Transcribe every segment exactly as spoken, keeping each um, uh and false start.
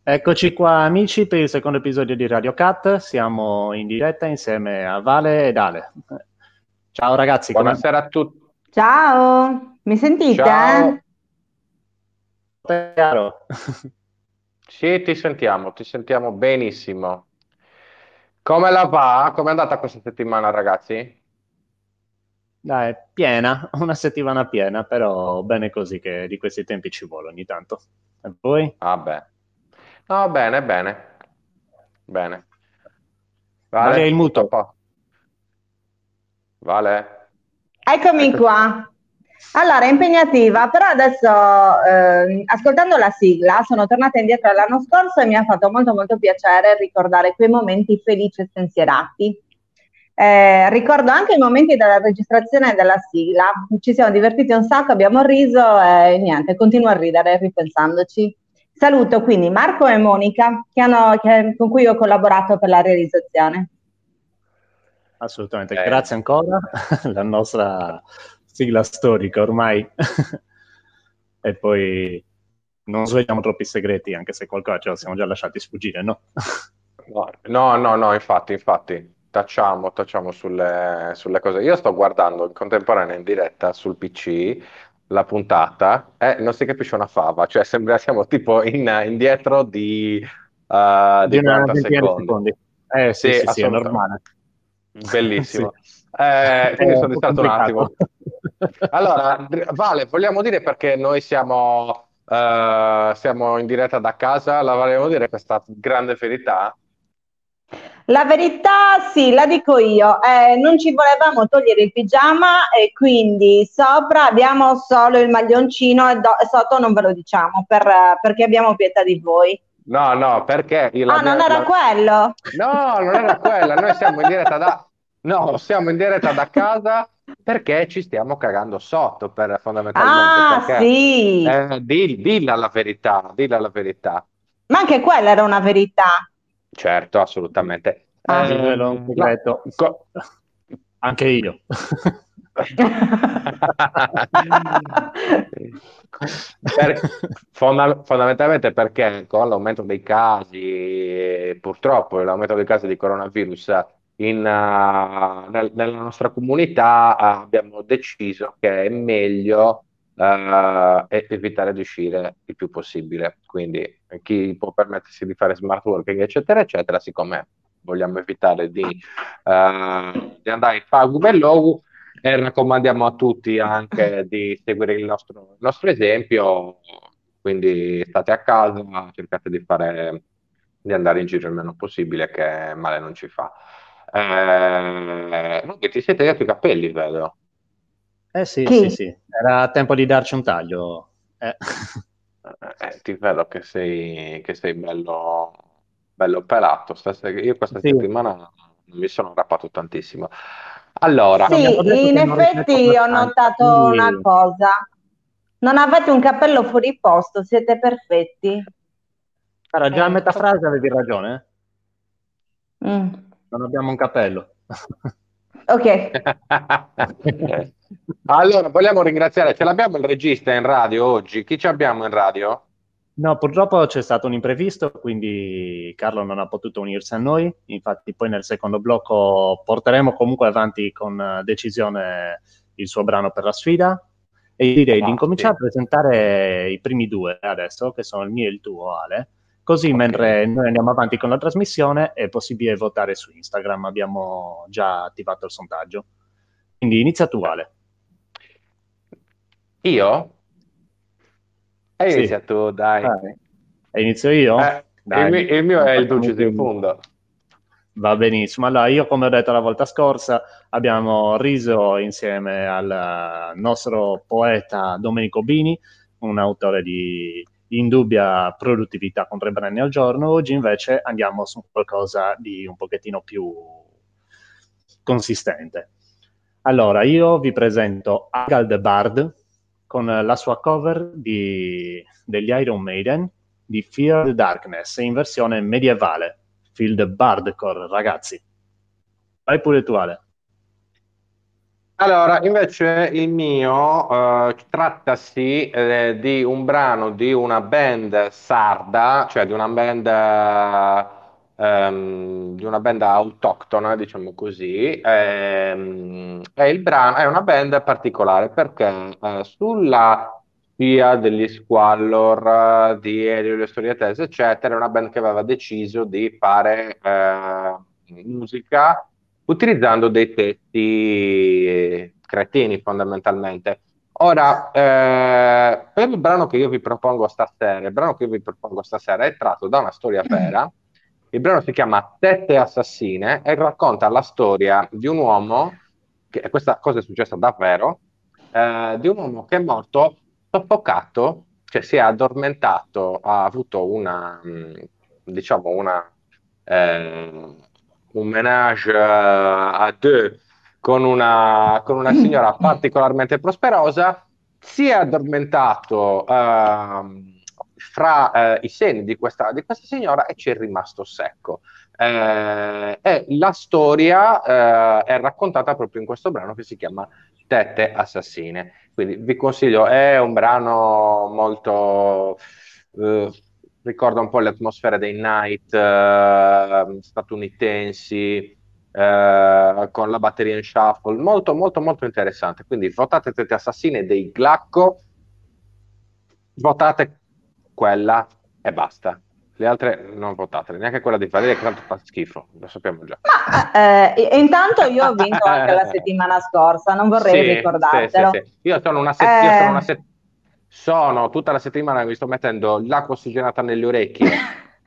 Eccoci qua amici per il secondo episodio di Radio Cat, siamo in diretta insieme a Vale ed Ale. Ciao ragazzi, come Buonasera a tutti. Ciao, mi sentite? Ciao. è chiaro? Sì, ti sentiamo, ti sentiamo benissimo. Come la va? Come è andata questa settimana, ragazzi? Dai, piena, una settimana piena, però bene così che di questi tempi ci vuole ogni tanto. E voi? Vabbè. No, bene, bene. Bene. Vale il Vale, tutto a muto. posto. Vale? Eccomi Eccoci. qua. Allora, è impegnativa, però adesso, ehm, ascoltando la sigla, sono tornata indietro all'anno scorso e mi ha fatto molto molto piacere ricordare quei momenti felici e spensierati. Eh, ricordo anche i momenti della registrazione della sigla, ci siamo divertiti un sacco, abbiamo riso e niente, continuo a ridere ripensandoci. Saluto quindi Marco e Monica che hanno- che- con cui ho collaborato per la realizzazione. Assolutamente, Eh, grazie ancora, la nostra sigla storica ormai. E poi non svegliamo troppi segreti, anche se qualcosa ce lo siamo già lasciati sfuggire, no? no, no, no, no, infatti, infatti, tacciamo, tacciamo sulle, sulle cose. Io sto guardando in contemporanea in diretta sul P C la puntata e non si capisce una fava, cioè sembra siamo tipo in, indietro di, eh, Di di una quaranta ventina di secondi. secondi. Eh sì, Sì, sì, sì, è assolutamente. normale. Sì. Bellissimo. Eh, È quindi un sono po' distratto un complicato. attimo. Allora, Vale, vogliamo dire perché noi siamo, eh, siamo in diretta da casa, la vogliamo dire questa grande verità? La verità, sì, la dico io. Eh, non ci volevamo togliere il pigiama e quindi sopra abbiamo solo il maglioncino e, do- e sotto non ve lo diciamo per- perché abbiamo pietà di voi. No, no, perché io Ah, non l'abbia- era la- quello? No, non era quella, noi siamo in diretta da... No, siamo in diretta da casa perché ci stiamo cagando sotto, per, fondamentalmente, Ah, perché... sì, Eh, di- dilla la verità, dilla la verità. ma anche quella era una verità. Certo, assolutamente. Ah. Rivelo un Ehm, no, segreto. co- Anche io. Per- fonda- fondamentalmente perché con l'aumento dei casi, eh, purtroppo l'aumento dei casi di coronavirus in, eh, nel- nella nostra comunità, eh, abbiamo deciso che è meglio eh, e- evitare di uscire il più possibile. Quindi chi può permettersi di fare smart working, eccetera, eccetera, siccome vogliamo evitare di, eh, di andare in pago bellogu, e raccomandiamo a tutti anche di seguire il nostro, il nostro esempio, quindi state a casa, cercate di fare, di andare in giro il meno possibile, che male non ci fa. Eh, Rugby, ti sei tagliato i capelli, vedo. Eh sì, sì, Chi? sì. Era tempo di darci un taglio. Eh. Eh, eh, ti vedo che sei, che sei bello, bello pelato. Stasera- io questa Sì. settimana non mi sono rappato tantissimo. Allora, No, mi hanno detto Sì, in che non rifletto effetti ho abbastanza, notato una quindi... cosa. Non avete un cappello fuori posto, siete perfetti. Guarda, già a eh, metà frase avevi ragione, eh. Mm. Non abbiamo un cappello. Ok. allora, vogliamo ringraziare, ce l'abbiamo il regista in radio oggi? Chi ci abbiamo in radio? No, purtroppo c'è stato un imprevisto, quindi Carlo non ha potuto unirsi a noi. Infatti, poi nel secondo blocco porteremo comunque avanti con eh, decisione il suo brano per la sfida. E direi di Ah, incominciare sì, a presentare i primi due adesso, che sono il mio e il tuo, Ale. Così ok. mentre noi andiamo avanti con la trasmissione è possibile votare su Instagram. Abbiamo già attivato il sondaggio. Quindi inizia tu, Ale. Io? E Sì, inizia tu, dai. vai. E inizio io? Eh, il, Dai, mi- il mio non è il facciamo i Dulcis in primi. fondo. Va benissimo. Allora, io come ho detto la volta scorsa, abbiamo riso insieme al nostro poeta Domenico Bini, un autore di indubbia produttività con tre brani al giorno. Oggi invece andiamo su qualcosa di un pochettino più consistente. Allora, io vi presento Agal the Bard con la sua cover di, degli Iron Maiden di Fear the Darkness in versione medievale. Feel the Bardcore, ragazzi. Vai pure tu, Ale. Allora, invece il mio eh, trattasi eh, di un brano di una band sarda, cioè di una band, eh, ehm, di una band autoctona, diciamo così. Ehm, e il brano è una band particolare perché eh, sulla scia degli Squallor, eh, di Elio e le Storiatese, eccetera, è una band che aveva deciso di fare eh, musica utilizzando dei testi cretini fondamentalmente. Ora, eh, per il brano che io vi propongo stasera, il brano che io vi propongo stasera è tratto da una storia vera. Il brano si chiama Tette Assassine e racconta la storia di un uomo, che e questa cosa è successa davvero, eh, di un uomo che è morto soffocato, cioè si è addormentato, ha avuto una, mh, diciamo, una, eh, un ménage eh, à deux con una, con una signora particolarmente prosperosa, si è addormentato ehm, fra eh, i seni di questa, di questa signora e ci è rimasto secco. Eh, e la storia eh, è raccontata proprio in questo brano che si chiama Tette Assassine. Quindi vi consiglio, è un brano molto, eh, ricorda un po' le atmosfere dei night eh, statunitensi, eh, con la batteria in shuffle, molto molto molto interessante. Quindi votate Tette Assassine dei Glacco, votate quella e basta. Le altre non votate, neanche quella di Valeria, che tanto fa schifo, lo sappiamo già. Ma eh, e- e intanto io ho vinto anche la settimana scorsa, non vorrei Sì, sì, sì, ricordartelo. sì. Io sono una set- io sono una Eh, set- sono tutta la settimana che mi sto mettendo l'acqua ossigenata nelle orecchie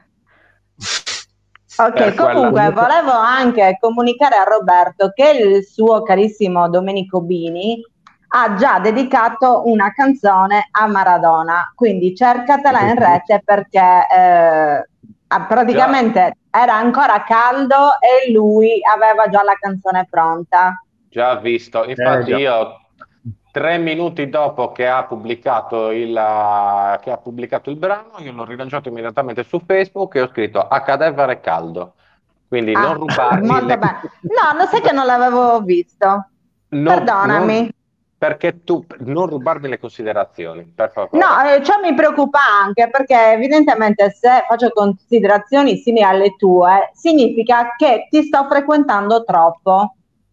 Ok, per quella. comunque volevo anche comunicare a Roberto che il suo carissimo Domenico Bini ha già dedicato una canzone a Maradona, quindi cercatela in rete perché eh, ah, Già, praticamente era ancora caldo e lui aveva già la canzone pronta. già visto. Eh Infatti già. io tre minuti dopo che ha pubblicato il, che ha pubblicato il brano, io l'ho rilanciato immediatamente su Facebook e ho scritto a cadavere caldo. Quindi non Ah, rubarmi molto le... bene. No, lo sai che non l'avevo visto. No, non... Perdonami. perché tu non rubarmi le considerazioni, per No, favore. eh, ciò mi preoccupa anche perché evidentemente se faccio considerazioni simili alle tue, significa che ti sto frequentando troppo.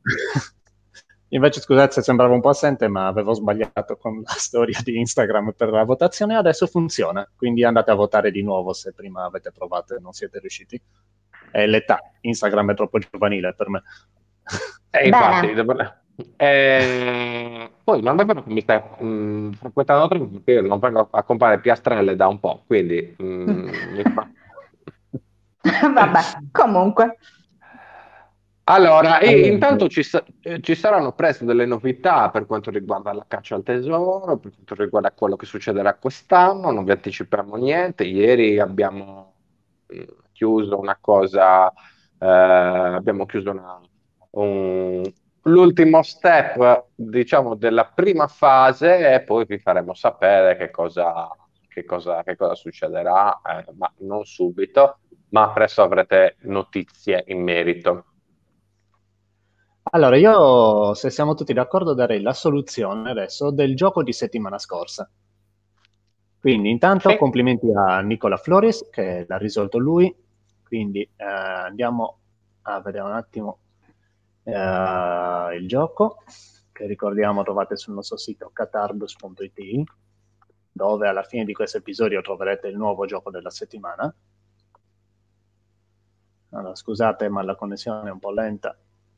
Invece, scusate se sembrava un po' assente, ma avevo sbagliato con la storia di Instagram per la votazione, adesso funziona. Quindi andate a votare di nuovo se prima avete provato e non siete riusciti. È l'età, Instagram è troppo giovanile per me. E infatti, Bene. devo- eh, poi non è vero che mi stai mm, frequentando troppo perché io non vengo a comprare piastrelle da un po', quindi mm, mi fa- Vabbè, comunque. Allora, e Allora, intanto ci, sa- eh, ci saranno presto delle novità per quanto riguarda la caccia al tesoro, per quanto riguarda quello che succederà quest'anno, non vi anticipiamo niente. Ieri abbiamo eh, chiuso una cosa, eh, abbiamo chiuso una- un- l'ultimo step, diciamo, della prima fase e poi vi faremo sapere che cosa, che cosa, che cosa succederà, eh, ma non subito, ma presto avrete notizie in merito. allora, io, se siamo tutti d'accordo, darei la soluzione adesso del gioco di settimana scorsa. Quindi, intanto, Sì. complimenti a Nicola Flores, che l'ha risolto lui. Quindi, eh, andiamo a vedere un attimo eh, il gioco, che ricordiamo trovate sul nostro sito catarbus punto it, dove alla fine di questo episodio troverete il nuovo gioco della settimana. Allora, scusate, ma la connessione è un po' lenta.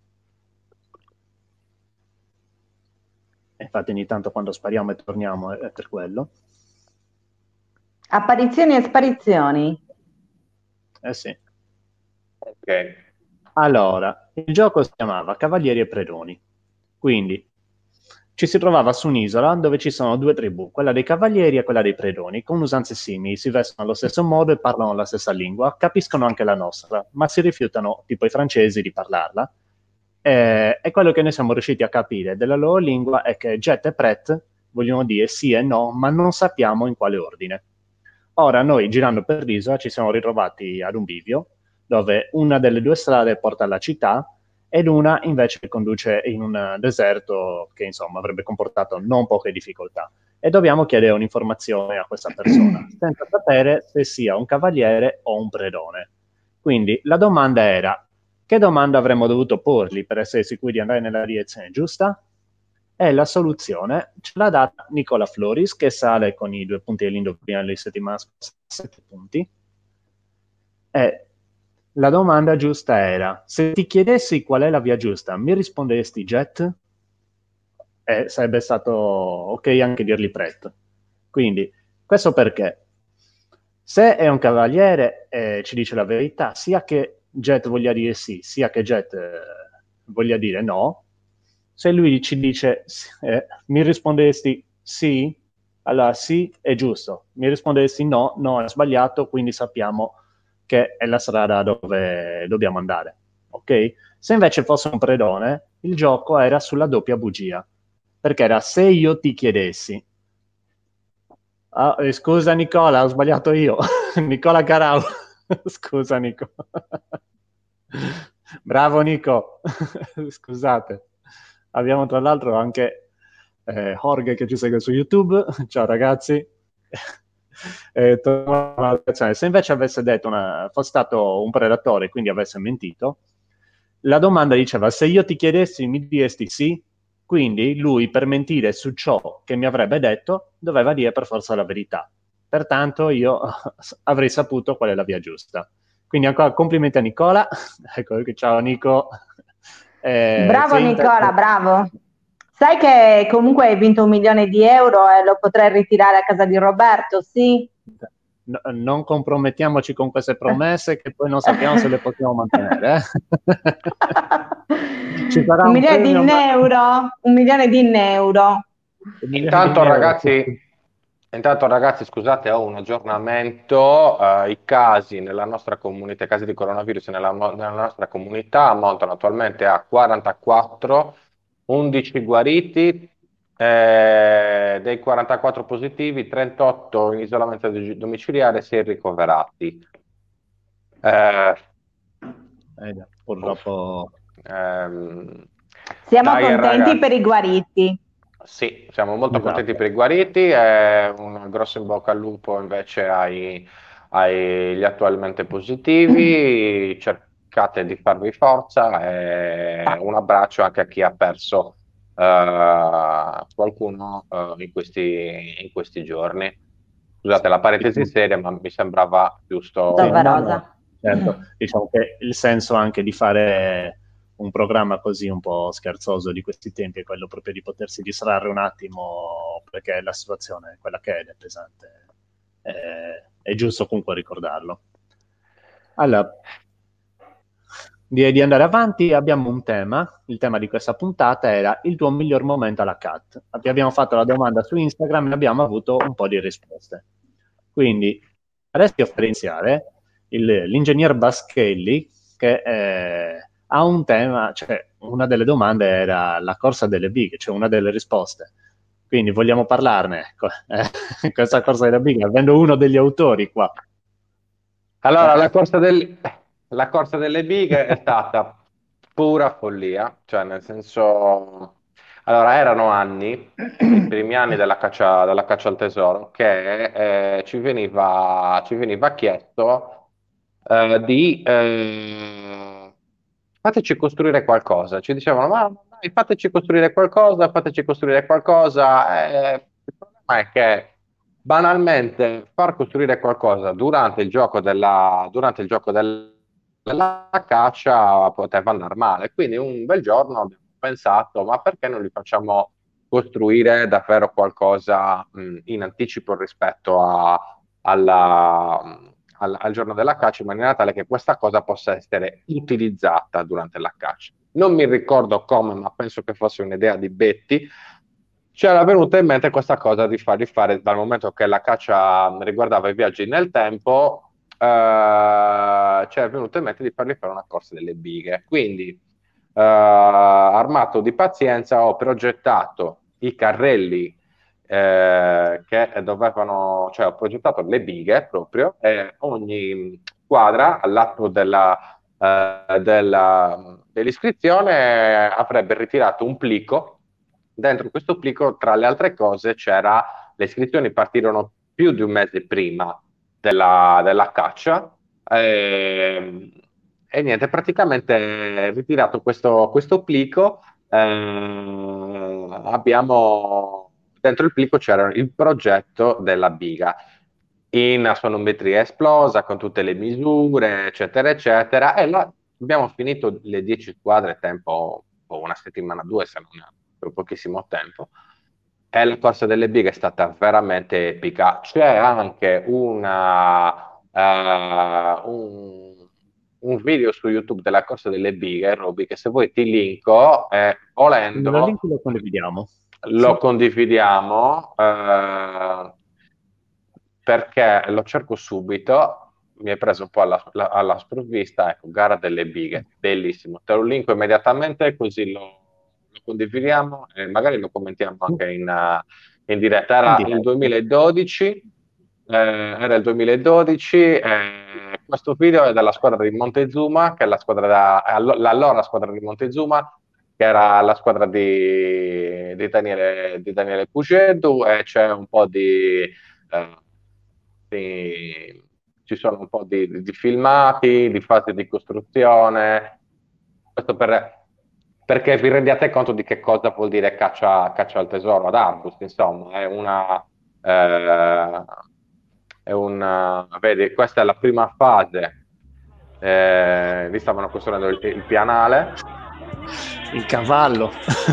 Infatti ogni tanto quando spariamo e torniamo è per quello. Apparizioni e sparizioni. Eh sì. Ok. Allora, il gioco si chiamava Cavalieri e Predoni. Quindi ci si trovava su un'isola dove ci sono due tribù, quella dei cavalieri e quella dei predoni, con usanze simili, si vestono allo stesso modo e parlano la stessa lingua, capiscono anche la nostra, ma si rifiutano, tipo i francesi, di parlarla. E, e quello che noi siamo riusciti a capire della loro lingua è che jet e pret vogliono dire sì e no, ma non sappiamo in quale ordine. Ora noi, girando per l'isola, ci siamo ritrovati ad un bivio, dove una delle due strade porta alla città ed una invece conduce in un deserto che insomma avrebbe comportato non poche difficoltà. E dobbiamo chiedere un'informazione a questa persona, senza sapere se sia un cavaliere o un predone. Quindi la domanda era: che domanda avremmo dovuto porgli per essere sicuri di andare nella direzione giusta? E la soluzione ce l'ha data Nicola Floris, che sale con i due punti dell'indovinello di settimana scorsa, sette punti. E la domanda giusta era: se ti chiedessi qual è la via giusta, mi risponderesti Jet? E sarebbe stato ok anche dirgli Pret. Quindi, questo perché? Se è un cavaliere e eh, ci dice la verità, sia che Jet voglia dire sì, sia che Jet eh, voglia dire no, se lui ci dice eh, mi risponderesti sì, allora sì è giusto, mi risponderesti no, no è sbagliato, quindi sappiamo che è la strada dove dobbiamo andare, ok? Se invece fosse un predone, il gioco era sulla doppia bugia, perché era: se io ti chiedessi, ah, eh, scusa Nicola, ho sbagliato io, Nicola Carau, scusa Nico, bravo Nico, scusate. Abbiamo tra l'altro anche eh, Jorge che ci segue su YouTube. Ciao ragazzi. eh, cioè, se invece avesse detto una, fosse stato un predatore, quindi avesse mentito, la domanda diceva: se io ti chiedessi mi diresti sì? Quindi lui, per mentire su ciò che mi avrebbe detto, doveva dire per forza la verità. Pertanto io avrei saputo qual è la via giusta. Quindi ancora complimenti a Nicola. Ecco, ciao Nico. Eh, bravo Nicola, bravo. Sai che comunque hai vinto un milione di euro e lo potrai ritirare a casa di Roberto, sì? No, non compromettiamoci con queste promesse che poi non sappiamo se le possiamo mantenere. Eh? Ci sarà un, un milione di ma... euro, un milione di euro. Intanto di ragazzi, euro. Intanto ragazzi, scusate, ho un aggiornamento. Uh, I casi nella nostra comunità, i casi di coronavirus nella, nella nostra comunità ammontano attualmente a quarantaquattro, undici guariti. Eh, dei quarantaquattro positivi, trentotto in isolamento domiciliare, sei ricoverati. Eh, eh, purtroppo ehm, siamo dai, contenti ragazzi. Per i guariti. Sì, siamo molto esatto. contenti per i guariti. Eh, un grosso in bocca al lupo invece ai, agli attualmente positivi. Cercate di farvi forza e un abbraccio anche a chi ha perso Uh, qualcuno uh, in, questi, in questi giorni. Scusate la parentesi seria, ma mi sembrava giusto. Sì, doverosa. Certo, diciamo che il senso anche di fare un programma così un po' scherzoso di questi tempi è quello proprio di potersi distrarre un attimo, perché la situazione è quella che è, è pesante. È, è giusto comunque ricordarlo. Allora, direi di andare avanti. Abbiamo un tema, il tema di questa puntata era il tuo miglior momento alla C A T. Abbiamo fatto la domanda su Instagram e abbiamo avuto un po' di risposte. Quindi adesso differenziare il, l'ingegner Baschelli che eh, ha un tema, cioè una delle domande era la corsa delle bighe, cioè una delle risposte. Quindi vogliamo parlarne, eh, questa corsa delle bighe, avendo uno degli autori qua. Allora, eh. la corsa del... La corsa delle bighe è stata pura follia, cioè nel senso, allora erano anni, i primi anni della caccia, della caccia al tesoro, che eh, ci veniva, ci veniva chiesto eh, di eh, fateci costruire qualcosa, ci dicevano ma dai, fateci costruire qualcosa, fateci costruire qualcosa, eh, il problema è che banalmente far costruire qualcosa durante il gioco della, durante il gioco del la caccia poteva andare male, quindi un bel giorno abbiamo pensato, ma perché non li facciamo costruire davvero qualcosa mh, in anticipo rispetto a, alla, al, al giorno della caccia, in maniera tale che questa cosa possa essere utilizzata durante la caccia. Non mi ricordo come, ma penso che fosse un'idea di Betty. Ci era venuta in mente questa cosa di farli fare, dal momento che la caccia riguardava i viaggi nel tempo, Uh, ci è venuto in mente di fargli fare una corsa delle bighe. Quindi, uh, armato di pazienza, ho progettato i carrelli eh, che dovevano, cioè ho progettato le bighe proprio, e ogni squadra all'atto della, eh, della- dell'iscrizione avrebbe ritirato un plico. Dentro questo plico, tra le altre cose, c'era le iscrizioni partirono più di un mese prima della, della caccia. ehm, e niente, praticamente ritirato questo, questo plico, eh, abbiamo dentro il plico c'era il progetto della biga in assonometria esplosa con tutte le misure, eccetera, eccetera. E là abbiamo finito le dieci squadre tempo o una settimana, due, se non per pochissimo tempo. E la corsa delle bighe è stata veramente epica. C'è anche una, eh, un, un video su YouTube della corsa delle bighe, Roby, che se vuoi ti linko, e Me lo link volendo lo condividiamo. lo Sì. condividiamo, eh, perché lo cerco subito. Mi è preso un po' alla, la- alla sprovvista. Ecco, gara delle bighe, bellissimo. Te lo linko immediatamente così lo, lo condividiamo e magari lo commentiamo anche in, eh, in diretta. In Era il diretta. duemiladodici, eh, era il duemiladodici. Eh, questo video è della squadra di Montezuma, che è la squadra da, allo- l'allora squadra di Montezuma, che era la squadra di, di Daniele, di Daniele Pugedu, e c'è un po' di, eh, di- ci sono un po' di, di filmati, di fasi di costruzione. Questo per, perché vi rendiate conto di che cosa vuol dire caccia, caccia al tesoro ad Arbus, insomma, è una, eh, è una, vedi, questa è la prima fase. Eh, lì stavano costruendo il, il pianale. Il cavallo.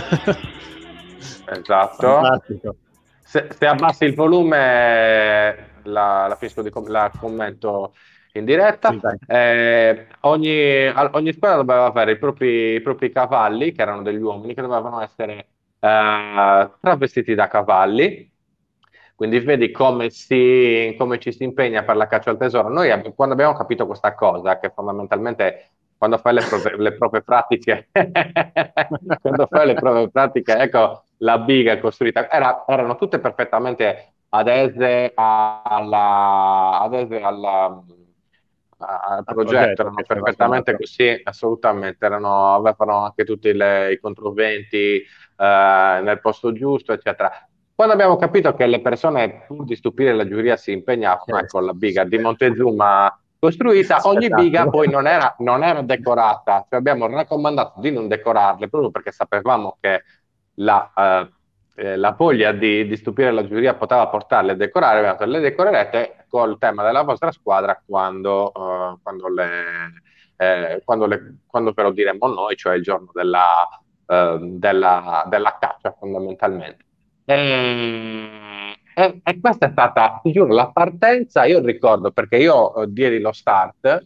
Esatto. Fantastico. Se, se abbassi il volume, la, la finisco di com- la commento in Sì, diretta. dai. Eh, ogni, al- ogni squadra doveva avere i propri, i propri cavalli, che erano degli uomini, che dovevano essere eh, travestiti da cavalli. Quindi vedi come, si, come ci si impegna per la caccia al tesoro. Noi ab- quando abbiamo capito questa cosa, che fondamentalmente quando fai le, prove- le prove pratiche, quando fai le prove pratiche, ecco, la biga costruita, era- erano tutte perfettamente adese alla, adese alla, al Al progetto, progetto erano che c'era perfettamente fatto. così, assolutamente, erano, avevano anche tutti le- i controventi eh, nel posto giusto, eccetera. Quando abbiamo capito che le persone, pur di stupire la giuria, si impegnavano, Eh, ecco, la biga di Montezuma costruita, ogni biga Spettacolo. poi non era, non era decorata, cioè abbiamo raccomandato di non decorarle proprio perché sapevamo che la, eh, eh, la voglia di, di stupire la giuria poteva portarle a decorare. Abbiamo detto, le decorerete col tema della vostra squadra quando, eh, quando, le, eh, quando, le, quando ve lo diremo noi, cioè il giorno della, eh, della, della caccia fondamentalmente. E, e- e questa è stata, ti giuro, la partenza. Io ricordo perché io eh, diedi lo start.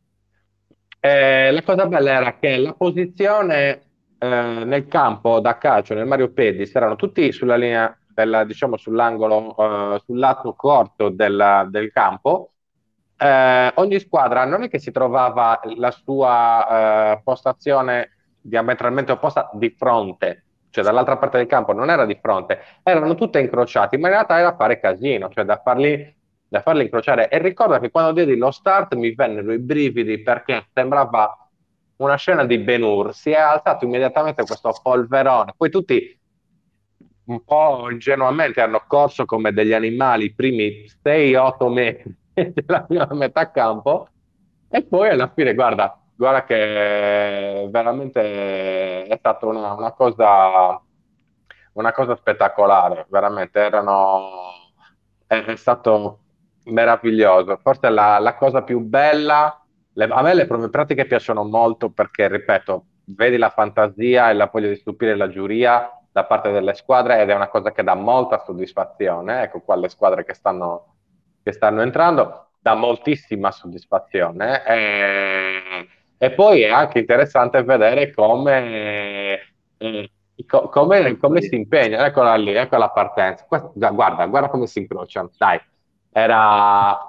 Eh, la cosa bella era che la posizione eh, nel campo da calcio, nel Mario Pedis, erano tutti sulla linea, della, diciamo sull'angolo, eh, sul lato corto del, del campo. Eh, ogni squadra non è che si trovava la sua eh, postazione diametralmente opposta di fronte, cioè dall'altra parte del campo, non era di fronte, erano tutte incrociate, ma in realtà era fare casino, cioè da farli, da farli incrociare. E ricordo che quando diedi lo start mi vennero i brividi perché sembrava una scena di Ben-Hur. Si è alzato immediatamente questo polverone, poi tutti un po' ingenuamente hanno corso come degli animali i primi sei otto metri della prima metà campo, e poi alla fine, guarda, guarda che veramente è stata una, una cosa, una cosa spettacolare, veramente erano, è, è stato meraviglioso. Forse la, la cosa più bella, le- a me le prove pratiche piacciono molto perché, ripeto, vedi la fantasia e la voglia di stupire la giuria da parte delle squadre, ed è una cosa che dà molta soddisfazione. Ecco qua le squadre che stanno, che stanno entrando, dà moltissima soddisfazione. E, e poi è anche interessante vedere come, eh, co- come, come si impegnano. Eccola lì, ecco la partenza. Questa- guarda, guarda come si incrociano. Dai, era,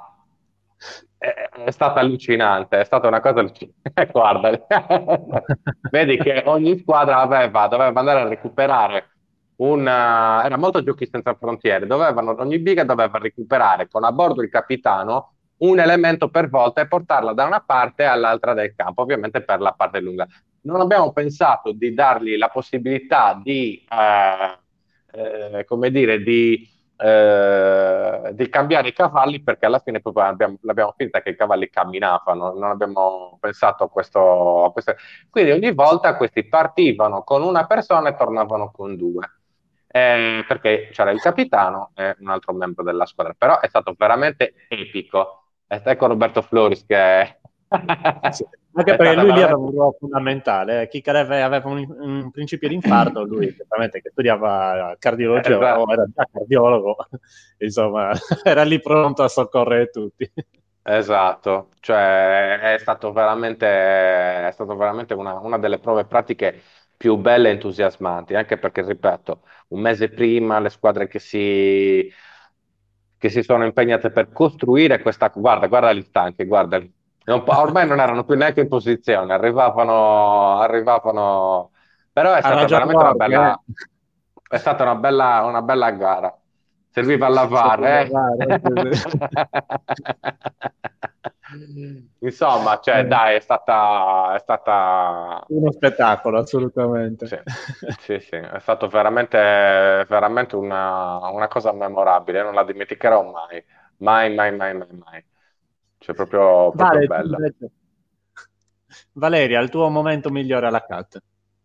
è, è stata allucinante, è stata una cosa allucinante. Guarda, vedi che ogni squadra aveva, doveva andare a recuperare un, eh, era molto giochi senza frontiere, dovevano, ogni biga doveva recuperare con a bordo il capitano un elemento per volta e portarla da una parte all'altra del campo, ovviamente per la parte lunga. Non abbiamo pensato di dargli la possibilità di, eh, eh, come dire, di, eh, di cambiare i cavalli, perché alla fine proprio abbiamo, l'abbiamo finta che i cavalli camminavano, non abbiamo pensato a questo, a questo. Quindi ogni volta questi partivano con una persona e tornavano con due. Eh, perché c'era il capitano e un altro membro della squadra, però è stato veramente epico. E ecco Roberto Floris che Sì, anche è perché stata lui lì aveva veramente... un ruolo fondamentale. eh. Chi aveva, aveva un, un principio di infarto, lui certamente che studiava cardiologia o Esatto. era già cardiologo, insomma, era lì pronto a soccorrere tutti. Esatto, cioè è stato veramente, è stato veramente una, una delle prove pratiche più belle e entusiasmanti, anche perché, ripeto, un mese prima le squadre che si, che si sono impegnate per costruire questa, guarda, guarda gli stanchi, guardali. Non po- ormai non erano più neanche in posizione, arrivavano, arrivavano, però è Ha stata ragione veramente una Jorge, eh. bella, è stata una bella, una bella gara. Serviva a lavare, Serviva a lavare, eh? Insomma, cioè, eh. dai, è stata, è stata, Uno spettacolo, assolutamente. sì, sì, sì, è stato veramente, veramente una, una cosa memorabile, non la dimenticherò mai, mai, mai, mai, mai, mai. Cioè, proprio, proprio Vale, tu bella. invece. Valeria, il tuo momento migliore alla cat?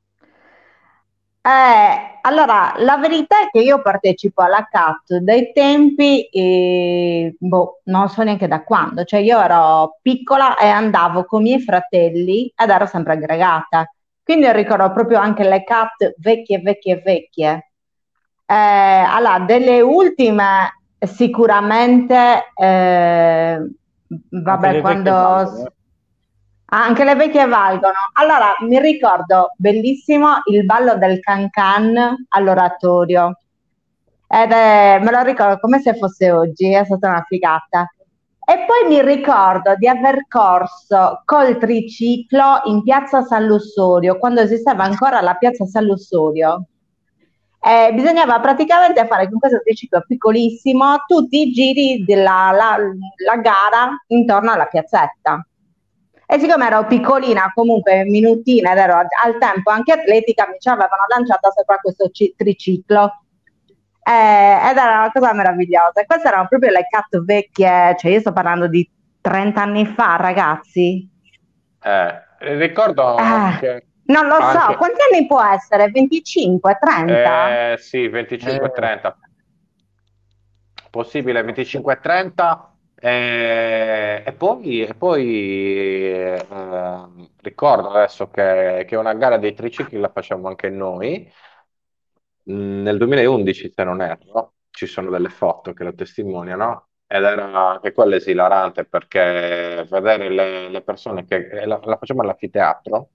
Eh, allora, la verità è che io partecipo alla C A T dai tempi, eh, boh, non so neanche da quando, cioè io ero piccola e andavo con i miei fratelli ed ero sempre aggregata, quindi io ricordo proprio anche le C A T vecchie, vecchie, vecchie. Eh, allora, delle ultime sicuramente, eh, Anche vabbè, le vecchie valgono, quando... eh. Ah, anche le vecchie valgono. Allora, mi ricordo bellissimo il ballo del can-can all'oratorio. Ed è- me lo ricordo come se fosse oggi, è stata una figata. E poi mi ricordo di aver corso col triciclo in piazza San Lussurio, quando esisteva ancora la piazza San Lussurio. Eh, bisognava praticamente fare con questo triciclo piccolissimo tutti i giri della la, la gara intorno alla piazzetta. E siccome ero piccolina, comunque minutina ed ero al tempo anche atletica, mi ci avevano lanciata sopra questo ci- triciclo. Eh, ed era una cosa meravigliosa. E queste erano proprio le cat vecchie, cioè io sto parlando di trenta anni fa, ragazzi. Eh, ricordo Eh, che non lo so, anche, quanti anni può essere? venticinque, trenta? eh, sì, Eh, venticinque trenta, possibile venticinque trenta. Eh, e poi, e poi eh, ricordo adesso che, che una gara dei tricicli la facciamo anche noi. Mm, nel duemilaundici, se non erro, ci sono delle foto che lo testimoniano ed era anche quello esilarante perché vedere le, le persone che eh, la, la facciamo all'anfiteatro,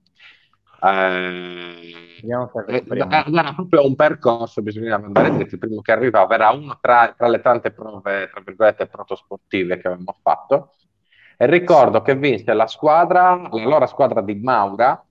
eh, vediamo se ed recuperiamo. era proprio un percorso, bisognava andare dritti, il primo che arrivava era uno tra, tra le tante prove, tra virgolette, protosportive che avevamo fatto. E ricordo che vinse la squadra, la loro squadra di Maura,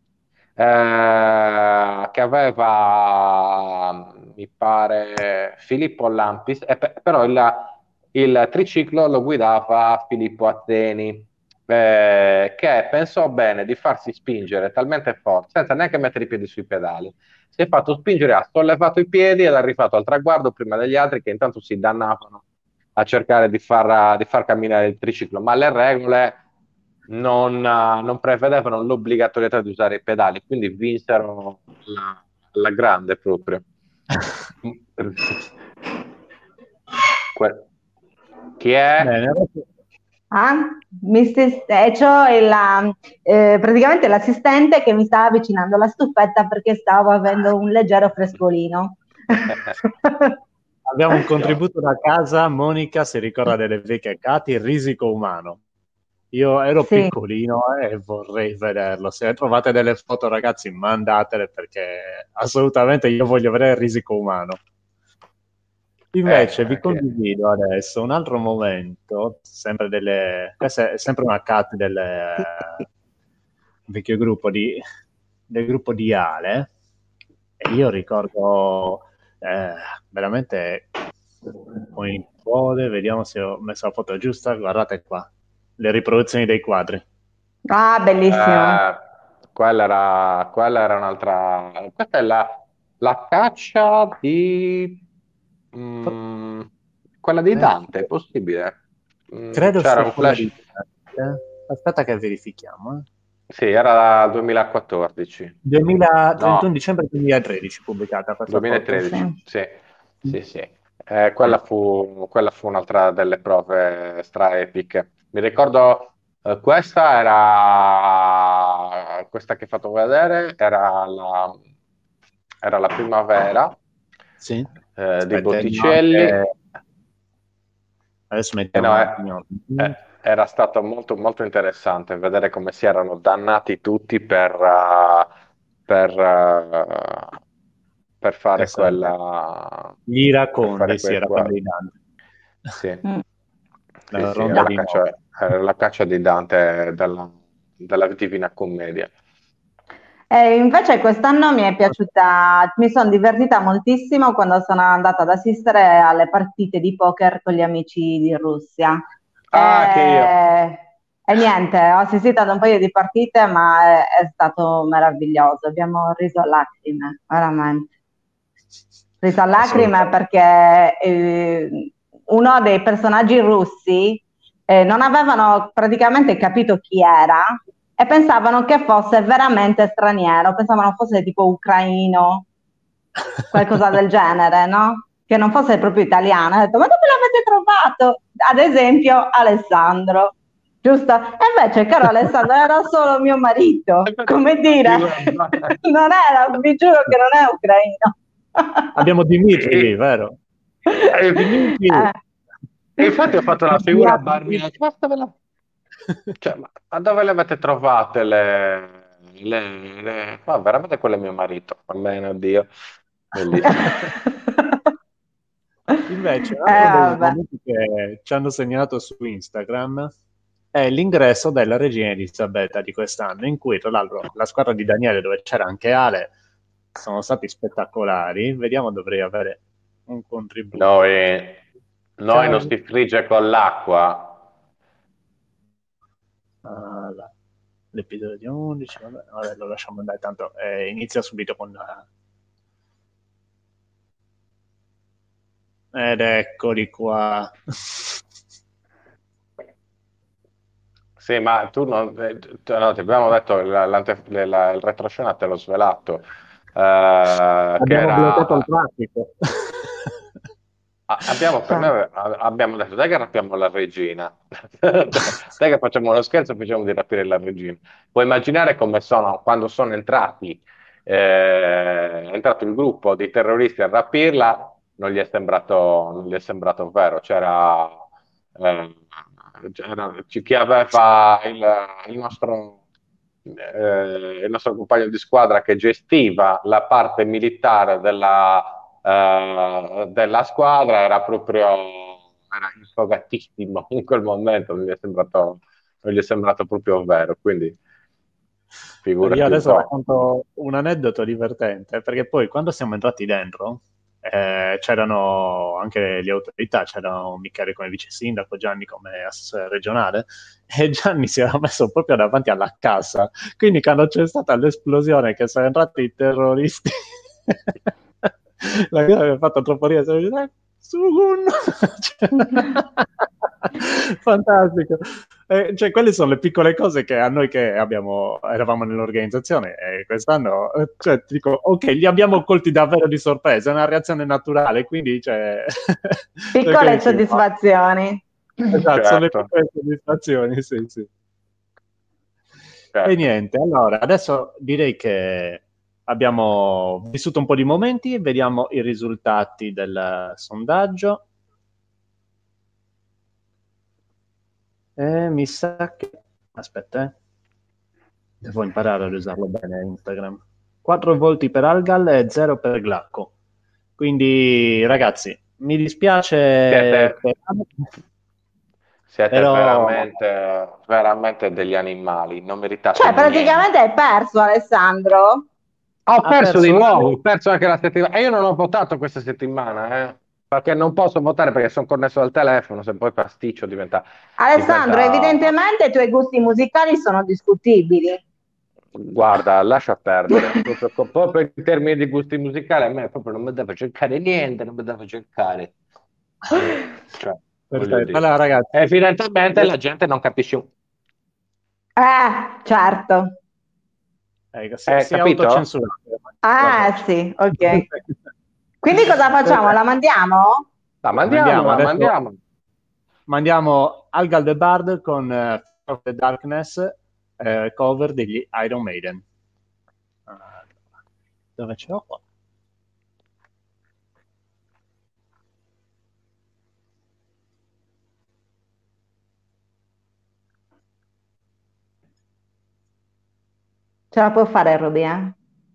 eh, che aveva, mi pare, Filippo Lampis, e pe- però il, il triciclo lo guidava Filippo Azzeni, eh, che pensò bene di farsi spingere talmente forte, senza neanche mettere i piedi sui pedali. Si è fatto spingere, ha sollevato i piedi ed è arrivato al traguardo prima degli altri che intanto si dannavano a cercare di far, di far camminare il triciclo, ma le regole non, eh, non prevedevano l'obbligatorietà di usare i pedali, quindi vinsero la, la grande proprio. Que- Chi è? Bene, adesso- Ah, mister Stecio è la, eh, praticamente l'assistente che mi stava avvicinando alla stufetta perché stavo avendo un leggero frescolino. abbiamo un contributo da casa. Monica si ricorda delle vecchie cat, il risico umano. Io ero Sì. piccolino e vorrei vederlo. Se trovate delle foto, ragazzi, mandatele perché assolutamente io voglio vedere il risico umano. Invece vi Eh, che- condivido adesso un altro momento, sempre delle, questa è sempre una cat del eh, vecchio gruppo di, del gruppo di Ale. E io ricordo eh, veramente con il cuore, vediamo se ho messo la foto giusta, guardate qua. le riproduzioni dei quadri. Ah, bellissimo. Eh, quella era, quella era un'altra. Questa è la, la caccia di. mm, quella di Eh, Dante, è possibile? Mm, credo c'era sia un quella flash. di Dante. Aspetta che verifichiamo. eh. Sì, era duemilaquattordici. duemila trentuno No, dicembre duemilatredici pubblicata questa foto. Sì. duemilatredici. Sì, sì, sì. Eh, quella fu, quella fu un'altra delle prove stra-epiche. Mi ricordo, eh, questa era questa che ho fatto vedere, era la, era la primavera Sì. eh, di Aspetta, no, Botticelli. eh, adesso E mettiamo no, un è- attimo. è- era stato molto, molto interessante vedere come si erano dannati tutti per, eh, per, eh, per fare Esatto. quella, Gli per Iracondi, fare sì, quel era quello quadro. di Dante. Sì, Mm. sì, La sì, ronda era la di nove. caccia, era la caccia di Dante dalla, dalla Divina Commedia. E invece quest'anno mi è piaciuta, mi sono divertita moltissimo quando sono andata ad assistere alle partite di poker con gli amici di Russia. Ah, anche io. E, e niente, ho assistito ad un paio di partite, ma è, è stato meraviglioso. Abbiamo riso a lacrime, veramente. Riso a lacrime Assolutamente. perché eh, uno dei personaggi russi eh, non avevano praticamente capito chi era e pensavano che fosse veramente straniero, pensavano fosse tipo ucraino, qualcosa del genere, no? Che non fosse proprio italiano. Ho detto, ma dove l'avete trovato? Ad esempio, Alessandro, giusto? E invece, caro Alessandro, era solo mio marito, come dire, non era, vi giuro che non è ucraino. Abbiamo Dimitri lì, E, vero? e- Dimitri! Eh, e infatti ho fatto la figura a Cambiato Barmina. Dimitri. Ma dove, la- cioè, ma- ma dove le avete trovate le, le, le- ma veramente quello è mio marito, almeno Dio, bellissimo. Invece, un Eh, altro dei vabbè. momenti che ci hanno segnato su Instagram è l'ingresso della regina Elisabetta di quest'anno, in cui tra l'altro la squadra di Daniele, dove c'era anche Ale, sono stati spettacolari. Vediamo, dovrei avere un contributo. Noi, noi non Casi. si frigge con l'acqua. Allora, l'episodio undici, vabbè, vabbè, lo lasciamo andare, tanto eh, inizia subito con... Ed eccoli qua. Sì, ma tu non, eh, tu- no, ti abbiamo detto la- l'ante- la- il retroscena te l'ho svelato, eh, che Abbiamo bloccato il era. traffico. A- Abbiamo, per Cioè, me, a- abbiamo detto, dai che rapiamo la regina, dai che facciamo uno scherzo e facciamo di rapire la regina. Puoi immaginare come sono quando sono entrati, eh, è entrato il gruppo di terroristi a rapirla, non gli è sembrato, non gli è sembrato vero. C'era, eh, c'era chi chi aveva il, il nostro, eh, il nostro compagno di squadra che gestiva la parte militare della, eh, della squadra, era proprio era infogatissimo in quel momento, non gli è sembrato, non gli è sembrato proprio vero, quindi Io figurati un adesso po'. racconto un aneddoto divertente, perché poi quando siamo entrati dentro eh, c'erano anche le autorità, c'erano Michele come vice sindaco, Gianni come assessore regionale, e Gianni si era messo proprio davanti alla cassa, quindi quando c'è stata l'esplosione che sono entrati i terroristi, la cosa mi ha fatto troppo ridere, sono detto, "Eh, Sugun!" Cioè, fantastico. Eh, cioè, quelle sono le piccole cose che a noi che abbiamo, eravamo nell'organizzazione e quest'anno, eh, cioè, ti dico, ok, li abbiamo colti davvero di sorpresa, è una reazione naturale, quindi, cioè, perché piccole dici, "Wow." soddisfazioni. Esatto, sono le Certo, piccole soddisfazioni, sì, sì. E certo. niente, allora, adesso direi che abbiamo vissuto un po' di momenti e vediamo i risultati del sondaggio. E mi sa che... Aspetta, eh. Devo imparare ad usarlo bene Instagram. quattro voti per Algal e zero per Glacco. Quindi, ragazzi, mi dispiace, Siete, per... siete però veramente, veramente degli animali, non meritate Cioè, niente. praticamente hai perso, Alessandro. Ho ha perso di perso nuovo, Ale. ho perso anche la settimana. E io non ho votato questa settimana, eh. perché non posso votare perché sono connesso al telefono, se poi pasticcio diventa, Alessandro, diventa... evidentemente i tuoi gusti musicali sono discutibili. Guarda, lascia perdere, proprio, proprio in termini di gusti musicali, a me proprio non mi deve cercare niente, non mi deve cercare. Cioè, voglio Perfetto. dire. Allora, ragazzi, Evidentemente la adesso, gente non capisce un... Eh, certo. ecco, si, Eh, si è capito? autocensurato la Ah, voce. sì, ok. Quindi cosa facciamo? La Perfetto. mandiamo? La La mandiamo, mandiamola, adesso mandiamo. mandiamo Al Galdebard con eh, Fear of the Darkness, eh, cover degli Iron Maiden. Ah, dove ce l'ho qua? Ce la può fare Roby, eh?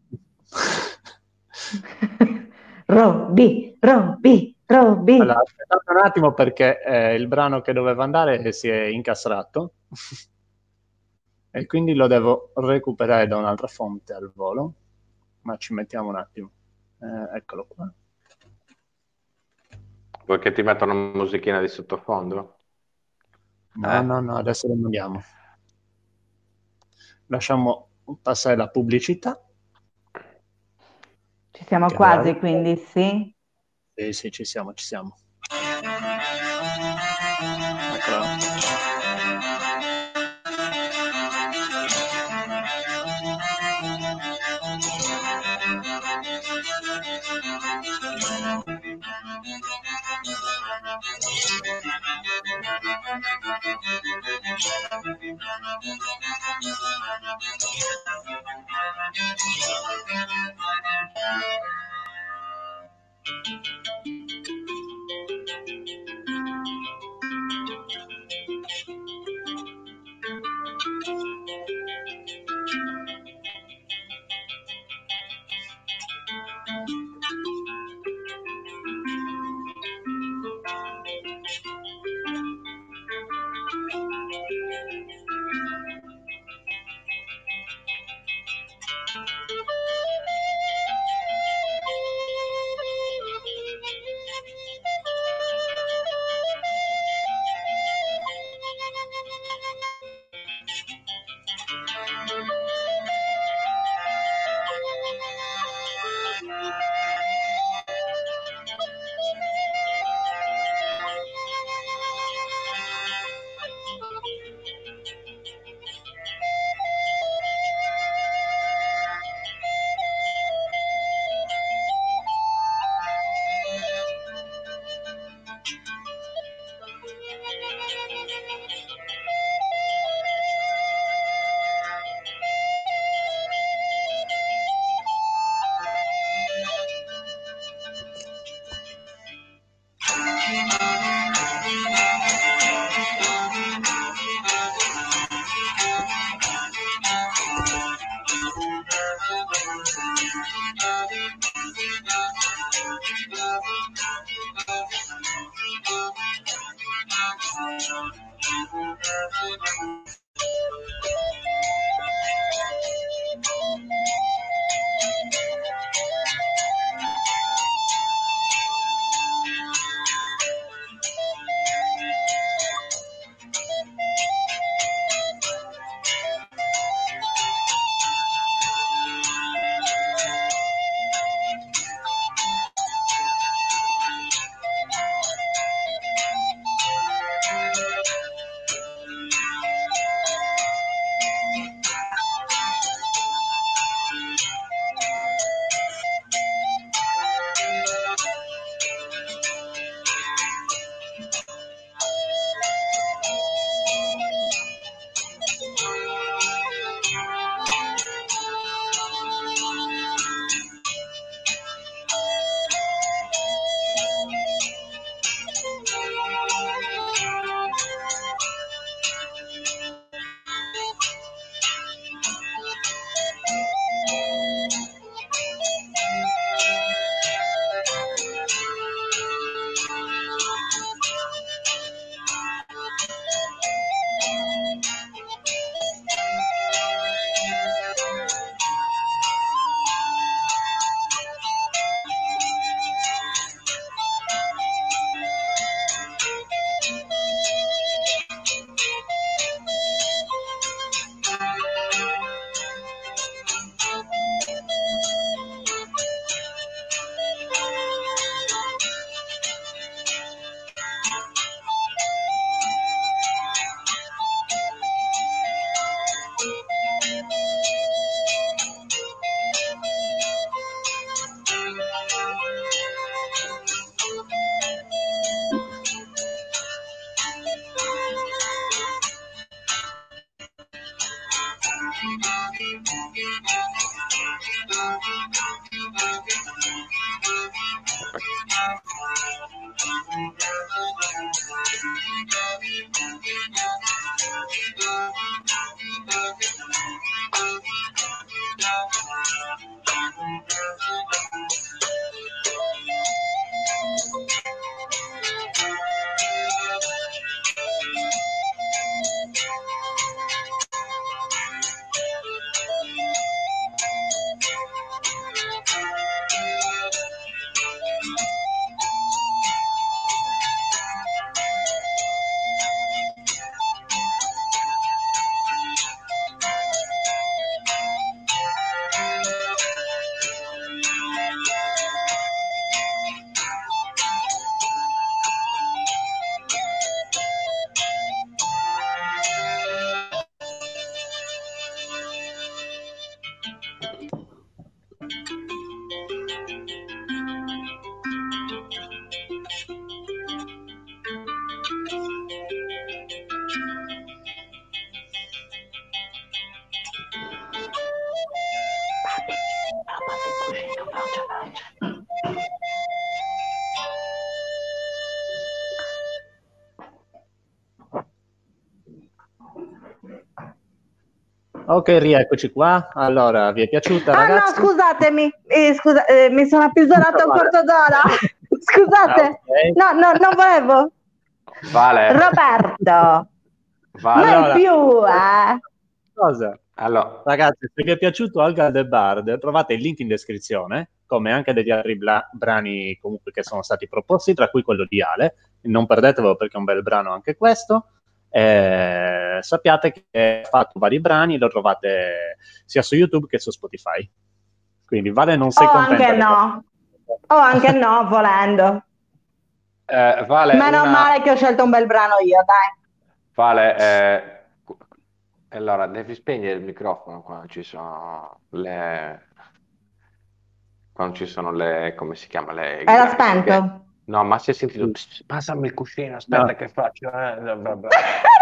Roby, Roby, Allora, Roby. aspettate un attimo perché eh, il brano che doveva andare si è incastrato e quindi lo devo recuperare da un'altra fonte al volo, ma ci mettiamo un attimo. Eh, eccolo qua. Vuoi che ti metto una musichina di sottofondo? No, Eh? no, no, adesso lo mandiamo. Lasciamo passare la pubblicità. Ci siamo Che andrà quasi, lì. quindi sì. Sì, sì, ci siamo, ci siamo. Eccola. Ok, rieccoci qua. Allora, vi è piaciuta, ah, ragazzi? no, scusatemi, eh, scusa, eh, mi sono appisorato un quarto d'ora. Scusate, Ah, okay. no, no, non volevo. Vale. Roberto, Vale. mai Allora, più, eh. Cosa? Allora, Ragazzi, se vi è piaciuto Olga the Bard, trovate il link in descrizione, come anche degli altri bla- brani comunque che sono stati proposti, tra cui quello di Ale. Non perdetevelo perché è un bel brano anche questo. Eh, sappiate che ha fatto vari brani, lo trovate sia su YouTube che su Spotify. Quindi Vale non sei O contenta. anche no, o anche no, volendo. eh, Vale, Meno una... male che ho scelto un bel brano io, dai. Vale, eh, allora, devi spegnere il microfono quando ci sono le... quando ci sono le... come si chiama? Le Era grafiche. spento? No, ma si è sentito... Psst, passami il cuscino, aspetta No. che faccio... eh, bla bla bla.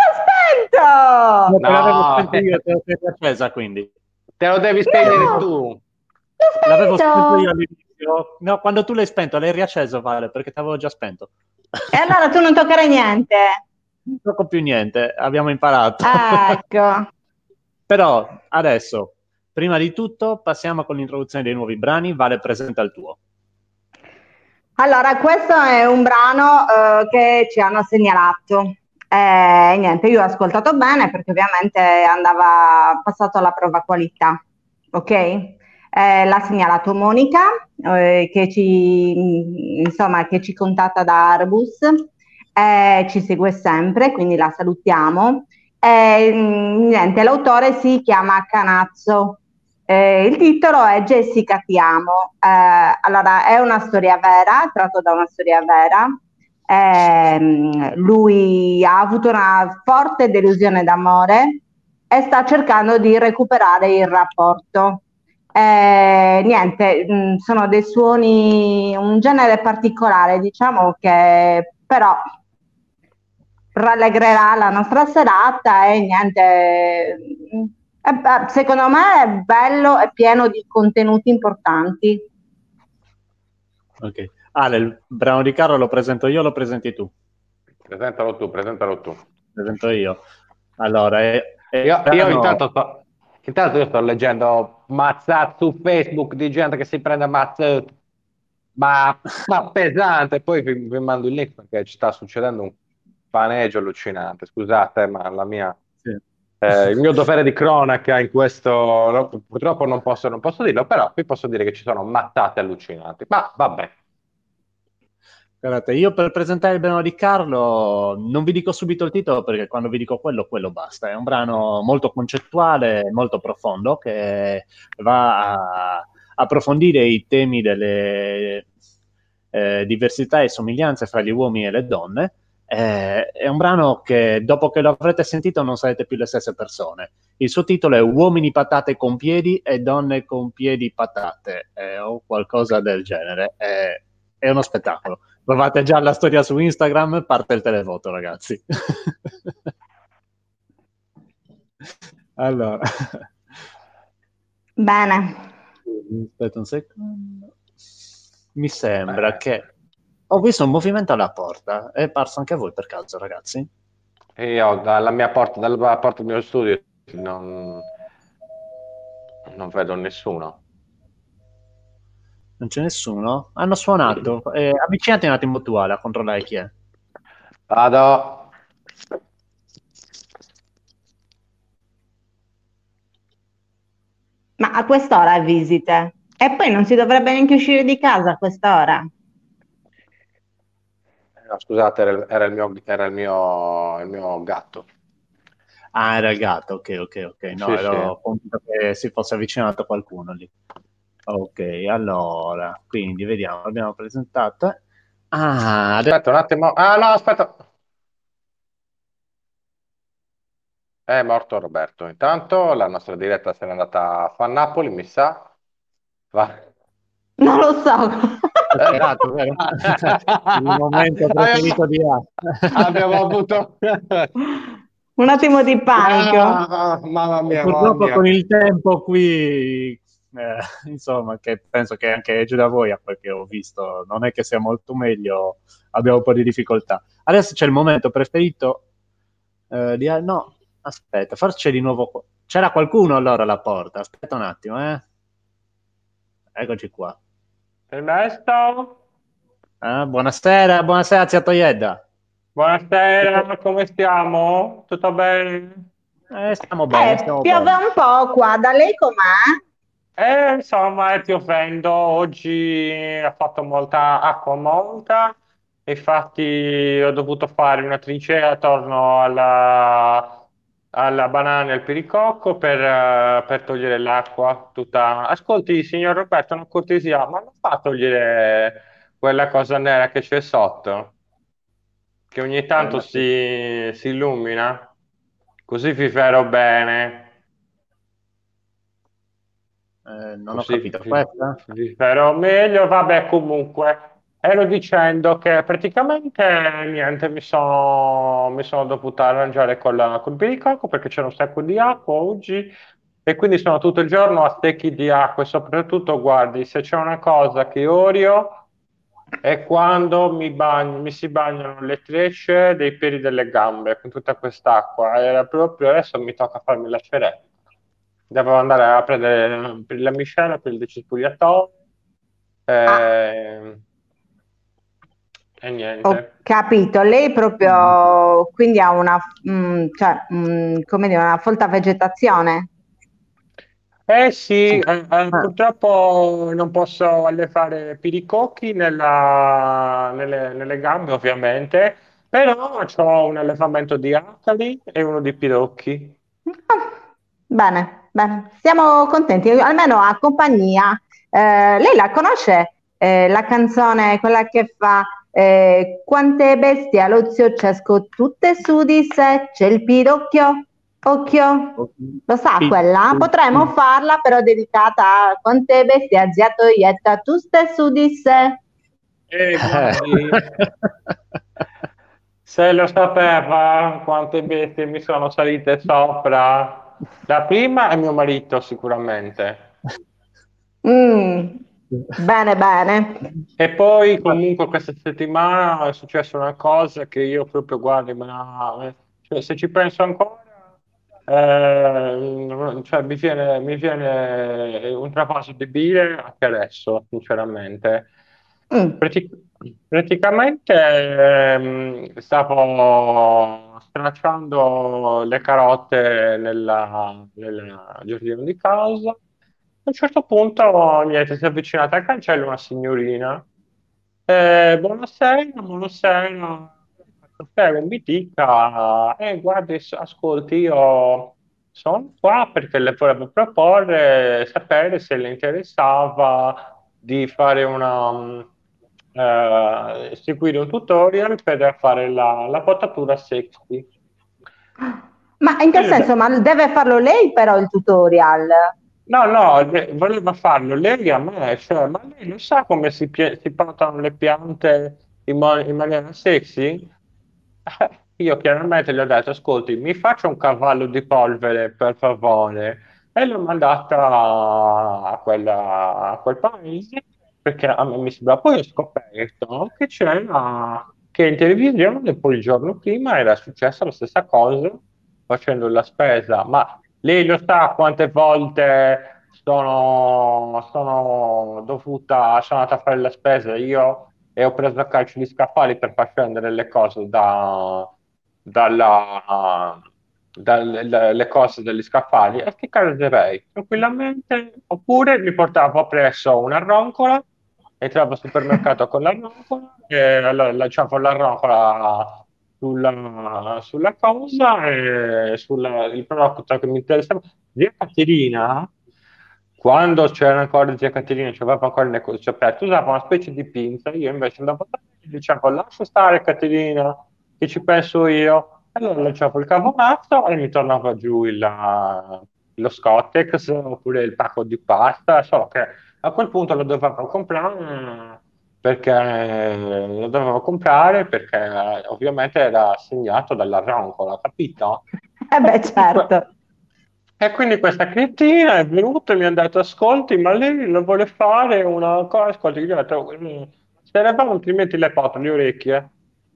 Era spento! No, te l'avevo No, spento io, te l'ho accesa, quindi. te lo devi spegnere No! tu. L'ho L'avevo spento io spento! all'inizio. No, quando tu l'hai spento, l'hai riacceso, Vale, perché ti avevo già spento. E allora tu non toccare niente. Non tocco più niente, abbiamo imparato. Ecco. Però adesso, prima di tutto, passiamo con l'introduzione dei nuovi brani. Vale, presenta il tuo. Allora, questo è un brano eh, che ci hanno segnalato. E niente, io ho ascoltato bene perché ovviamente andava passato alla prova qualità, ok? Eh, l'ha segnalato Monica, eh, che ci, insomma, che ci contatta da Arbus, eh, ci segue sempre, quindi la salutiamo. Eh, niente, l'autore si chiama Canazzo. Eh, il titolo è Jessica ti amo. Eh, allora, è una storia vera, tratto da una storia vera. Eh, lui ha avuto una forte delusione d'amore e sta cercando di recuperare il rapporto. Eh, niente, mh, sono dei suoni, un genere particolare, diciamo che però rallegrerà la nostra serata e niente, mh, è be- secondo me è bello e pieno di contenuti importanti. Ok. Ale, il brano di Carlo lo presento io o lo presenti tu? Presentalo tu, presentalo tu. Presento io. Allora, è, è Io, io brano- intanto sto, intanto io sto leggendo mazzate su Facebook di gente che si prende mazzate, ma, ma pesante. Poi vi, vi mando il link perché ci sta succedendo un paneggio allucinante. Scusate, ma la mia, sì. eh, il mio dovere di cronaca in questo, no, purtroppo non posso, non posso dirlo, però vi posso dire che ci sono mazzate allucinanti. Ma vabbè. Guardate, io per presentare il brano di Carlo non vi dico subito il titolo perché quando vi dico quello, quello basta. È un brano molto concettuale, molto profondo che va a approfondire i temi delle eh, diversità e somiglianze fra gli uomini e le donne. Eh, è un brano che dopo che lo avrete sentito non sarete più le stesse persone. Il suo titolo è Uomini patate con piedi e donne con piedi patate eh, o qualcosa del genere. Eh, è uno spettacolo. Trovate già la storia su Instagram, parte il televoto, ragazzi. Allora, Bene. Aspetta un secondo. Mi sembra che ho visto un movimento alla porta. È parso anche a voi per caso, ragazzi? E io dalla mia porta, dalla porta del mio studio non, non vedo nessuno. Non c'è nessuno? Hanno suonato. Eh, avvicinati un attimo tu, Ale, a controllare chi è. Vado. Ma a quest'ora visite? E poi non si dovrebbe neanche uscire di casa a quest'ora. No, scusate, era, il- era il mio, era il mio, il mio gatto. Ah, era il gatto, ok, ok, ok. No, Sì, sì. ero convinto che si fosse avvicinato qualcuno lì. Ok, allora, quindi vediamo, abbiamo presentato. Ah, adesso Aspetta un attimo. Ah, no, aspetta. È morto Roberto. Intanto la nostra diretta se n'è andata a Fan Napoli, mi sa. Va. Non lo so. sperato, vero? Il momento preferito di A. Abbiamo avuto Un attimo di panico. Ah, mamma mia, mamma Purtroppo mia. con il tempo qui, eh, insomma, che penso che anche giù da voi, a quel che ho visto, non è che sia molto meglio, abbiamo un po' di difficoltà. Adesso c'è il momento preferito eh, di... No, aspetta, forse c'è di nuovo... qua- C'era qualcuno allora alla porta, aspetta un attimo, eh. Eccoci qua. Ernesto? Ah, buonasera, buonasera zia Toiedda. Buonasera, come stiamo? Tutto bene? Eh, stiamo bene, Eh, stiamo piove bene. un po' qua, da lei com'è? Eh, insomma, ti offendo, oggi ha fatto molta acqua molta, infatti ho dovuto fare una trincea attorno alla, alla banana e al piricocco per, eh, per togliere l'acqua tutta. Ascolti, signor Roberto, una cortesia, ma non fa togliere quella cosa nera che c'è sotto, che ogni Eh, tanto ma sì, si, si illumina, così vi farò bene. eh, non ho Così capito vi, questa. vi farò meglio. Vabbè, comunque, ero dicendo che praticamente niente, mi sono, mi sono dovuta arrangiare con la, col biricocco perché c'era un sacco di acqua oggi e quindi sono tutto il giorno a stecchi di acqua e soprattutto, guardi, se c'è una cosa che odio è quando mi, bagno, mi si bagnano le trecce dei peli delle gambe con tutta quest'acqua. Era proprio adesso mi tocca farmi la ceretta. Devo andare a prendere per la miscela per il decispugliatore Ah, e, e niente. ho capito. Lei proprio quindi ha una, mm, cioè, mm, come dire, una folta vegetazione. Eh sì, Sì. eh, eh, Ah, purtroppo non posso allevare piricocchi nella- nelle, nelle gambe, ovviamente, però ho un allevamento di acari e uno di pirocchi. Ah, bene, bene, siamo contenti, almeno a compagnia. Eh, lei la conosce eh, la canzone, quella che fa eh, quante bestie allo ziocesco, tutte su di sé, c'è il pidocchio, occhio. ok. Lo sa Pi- quella? pi- Potremmo pi- farla però dedicata a quante bestie a zia Toietta, tu stai su di sé. E guardi, se lo sapeva quante bestie mi sono salite sopra. La prima è mio marito, sicuramente. Mm, bene, bene. E poi comunque questa settimana è successa una cosa che io proprio, guardi, ma cioè, se ci penso ancora, eh, cioè, mi viene, mi viene un trapasso di bile anche adesso, sinceramente. Mm. Prati- praticamente ehm, stavo stracciando le carote nella, nel giardino di casa. A un certo punto, niente, si è avvicinata al cancello una signorina. Eh, buonasera, buonasera. Prego, mi dica, eh, guardi, s- ascolti, io sono qua perché le volevo proporre, sapere se le interessava di fare una, mm, eh, seguire un tutorial per fare la, la potatura sexy. Ma in E che le ho senso? detto, Ma deve farlo lei però il tutorial? no, no, le- voleva farlo lei a me, cioè, ma lei lo sa come si, pie- si portano le piante in, mo- in maniera sexy? Eh, Io chiaramente gli ho detto, ascolti, mi faccia un cavallo di polvere, per favore. e l'ho mandata a, quella- a quel paese perché a me mi sembra. Poi ho scoperto che c'era, che in televisione poi il giorno prima era successa la stessa cosa facendo la spesa, ma lei lo sa quante volte sono, sono dovuta, sono andata a fare la spesa io e ho preso a calcio gli scaffali per far scendere le cose da, dalla, dalle cose degli scaffali e che caricherei tranquillamente, oppure mi portavo presso una roncola, entravo al supermercato con la roncola e allora lanciavo la roncola sulla, sulla cosa e sul prodotto che mi interessava. Zia Caterina, quando c'era ancora zia Caterina, c'aveva ancora il negozio aperto, usava una specie di pinza, io invece andavo da lei e dicevo lascia stare Caterina, che ci penso io. E allora lanciavo il cavolazzo e mi tornava giù il, lo Scottex oppure il pacco di pasta, solo che a quel punto lo dovevo comprare perché lo dovevo comprare perché eh, ovviamente era segnato dalla roncola, capito? Eh E beh, quindi, que- certo. e quindi questa cretina è venuta e mi ha detto: Ascolti, ma lei lo vuole fare una cosa? Ascolti, io ho detto: "Mm, se ne vanno altrimenti le patte, le orecchie."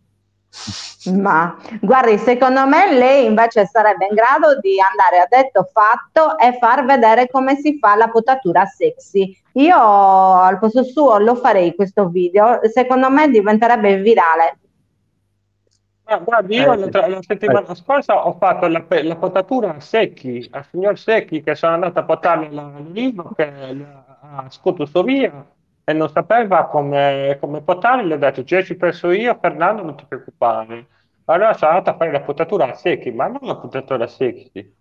Ma guardi, secondo me lei invece sarebbe in grado di andare a detto fatto e far vedere come si fa la potatura sexy. Io al posto suo lo farei questo video, secondo me diventerebbe virale. Ma guardi, io Eh, la, sì. la Eh, settimana scorsa ho fatto la, pe- la potatura a Secchi, al signor Secchi, che sono andato a portargli la- il libro che le- ha scosso via e non sapeva come, come potarli. Gli ho detto: "Già ci penso io, Fernando, non ti preoccupare." Allora sono andato a fare la potatura a Secchi, ma non la potatura a Secchi.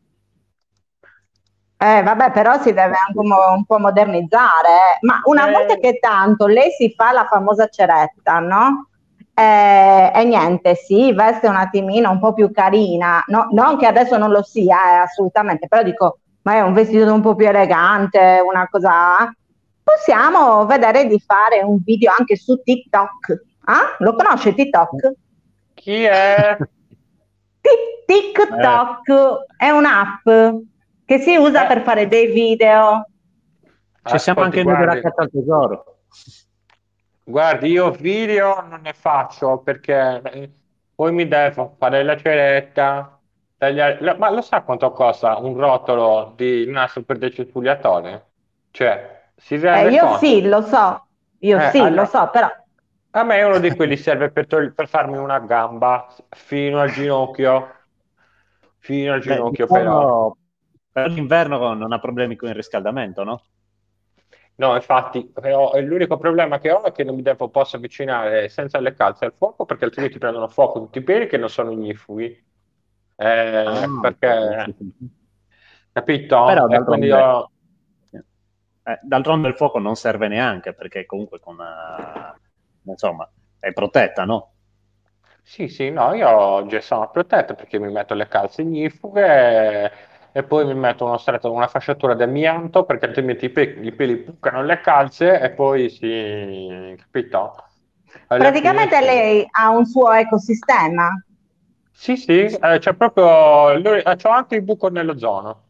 Eh, vabbè, però si deve anche un, mo- un po' modernizzare. eh. Ma una volta Eh, che tanto lei si fa la famosa ceretta, no? Eh, e niente, sì, veste un attimino un po' più carina, no? Non che adesso non lo sia, eh, assolutamente, però dico, ma è un vestito un po' più elegante, una cosa. Possiamo vedere di fare un video anche su TikTok. Ah? Lo conosce TikTok? chi è? Tik- eh, TikTok è un'app che si usa Eh, per fare dei video. ci siamo ascolti, anche noi della guardi. caccia al tesoro. Guardi, io video non ne faccio perché eh, poi mi devo fare la ceretta, tagliare- la- ma lo sa quanto costa un rotolo di nastro per decifoliatore? Cioè, si Eh, rende io sì, conto? lo so, io Eh, sì, lo allora, so, però a me uno di quelli serve per, togli- per farmi una gamba fino al ginocchio, fino al Beh, ginocchio però. d'inverno- per l'inverno non ha problemi con il riscaldamento, no? No, infatti, però l'unico problema che ho è che non mi devo, posso avvicinare senza le calze al fuoco perché altrimenti prendono fuoco tutti i peli che non sono ignifughi. Ah, Eh, ok, sì, perché, sì. capito? Però E quindi d'altronde, io, eh, d'altronde il fuoco non serve neanche perché comunque con, eh, insomma, è protetta, no? sì, sì, no, io già sono protetto perché mi metto le calze ignifughe e, e poi mi metto uno strato, una fasciatura d'amianto perché altrimenti i, pe- i peli puccano le calze e poi si, capito? Alla fine praticamente sì. lei ha un suo ecosistema. Sì, sì, eh, c'è proprio, lui- eh, c'ho anche il buco nell'ozono.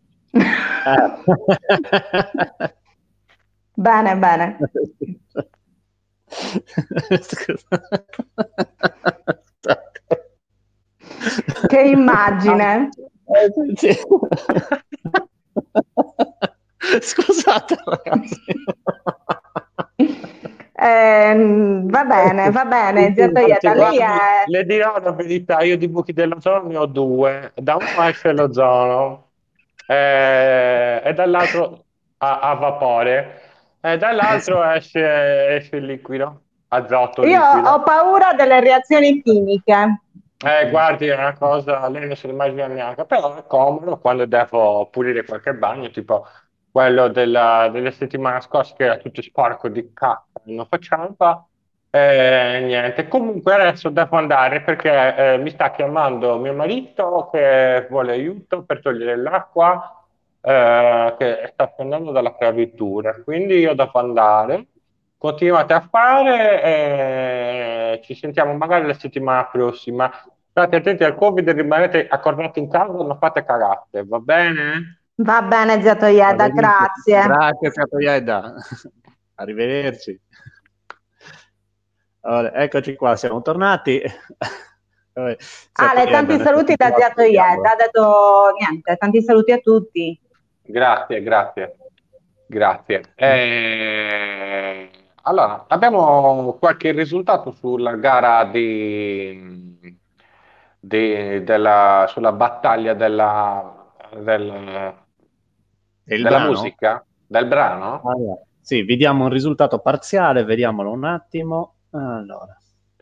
Eh. Bene, bene. Scusa. Che immagine. Eh, sì, sì. Scusate, ragazzi. Ehm, va bene, va bene, zia Anzi, Toietta, lei guardi, è. le dirò la verità, io di buchi dell'ozono ne ho due, da uno esce l'ozono eh, e dall'altro a, a vapore e dall'altro esce, esce il liquido, azoto Io ho liquido. paura delle reazioni chimiche. Eh, guardi, è una cosa, lei non se lo immagina neanche, però è comodo quando devo pulire qualche bagno, tipo quello della, della settimana scorsa che era tutto sporco di cacca, non facciamo, e niente. Comunque adesso devo andare perché eh, mi sta chiamando mio marito che vuole aiuto per togliere l'acqua eh, che sta scendendo dalla creatura, quindi io devo andare. Continuate a fare e ci sentiamo magari la settimana prossima. State attenti al Covid, rimanete accordati in casa, non fate cagate, va bene? Va bene, zia Toieda, grazie. Grazie, zia Toieda. Arrivederci. Allora, eccoci qua, siamo tornati. Vabbè, Ale, tanti saluti da zia Toieda, ha detto niente, tanti saluti a tutti. Grazie, grazie, grazie. Eh, allora, abbiamo qualche risultato sulla gara di, di- della, sulla battaglia della, del- della brano? musica, del brano? Allora, sì, vediamo un risultato parziale, vediamolo un attimo. Allora.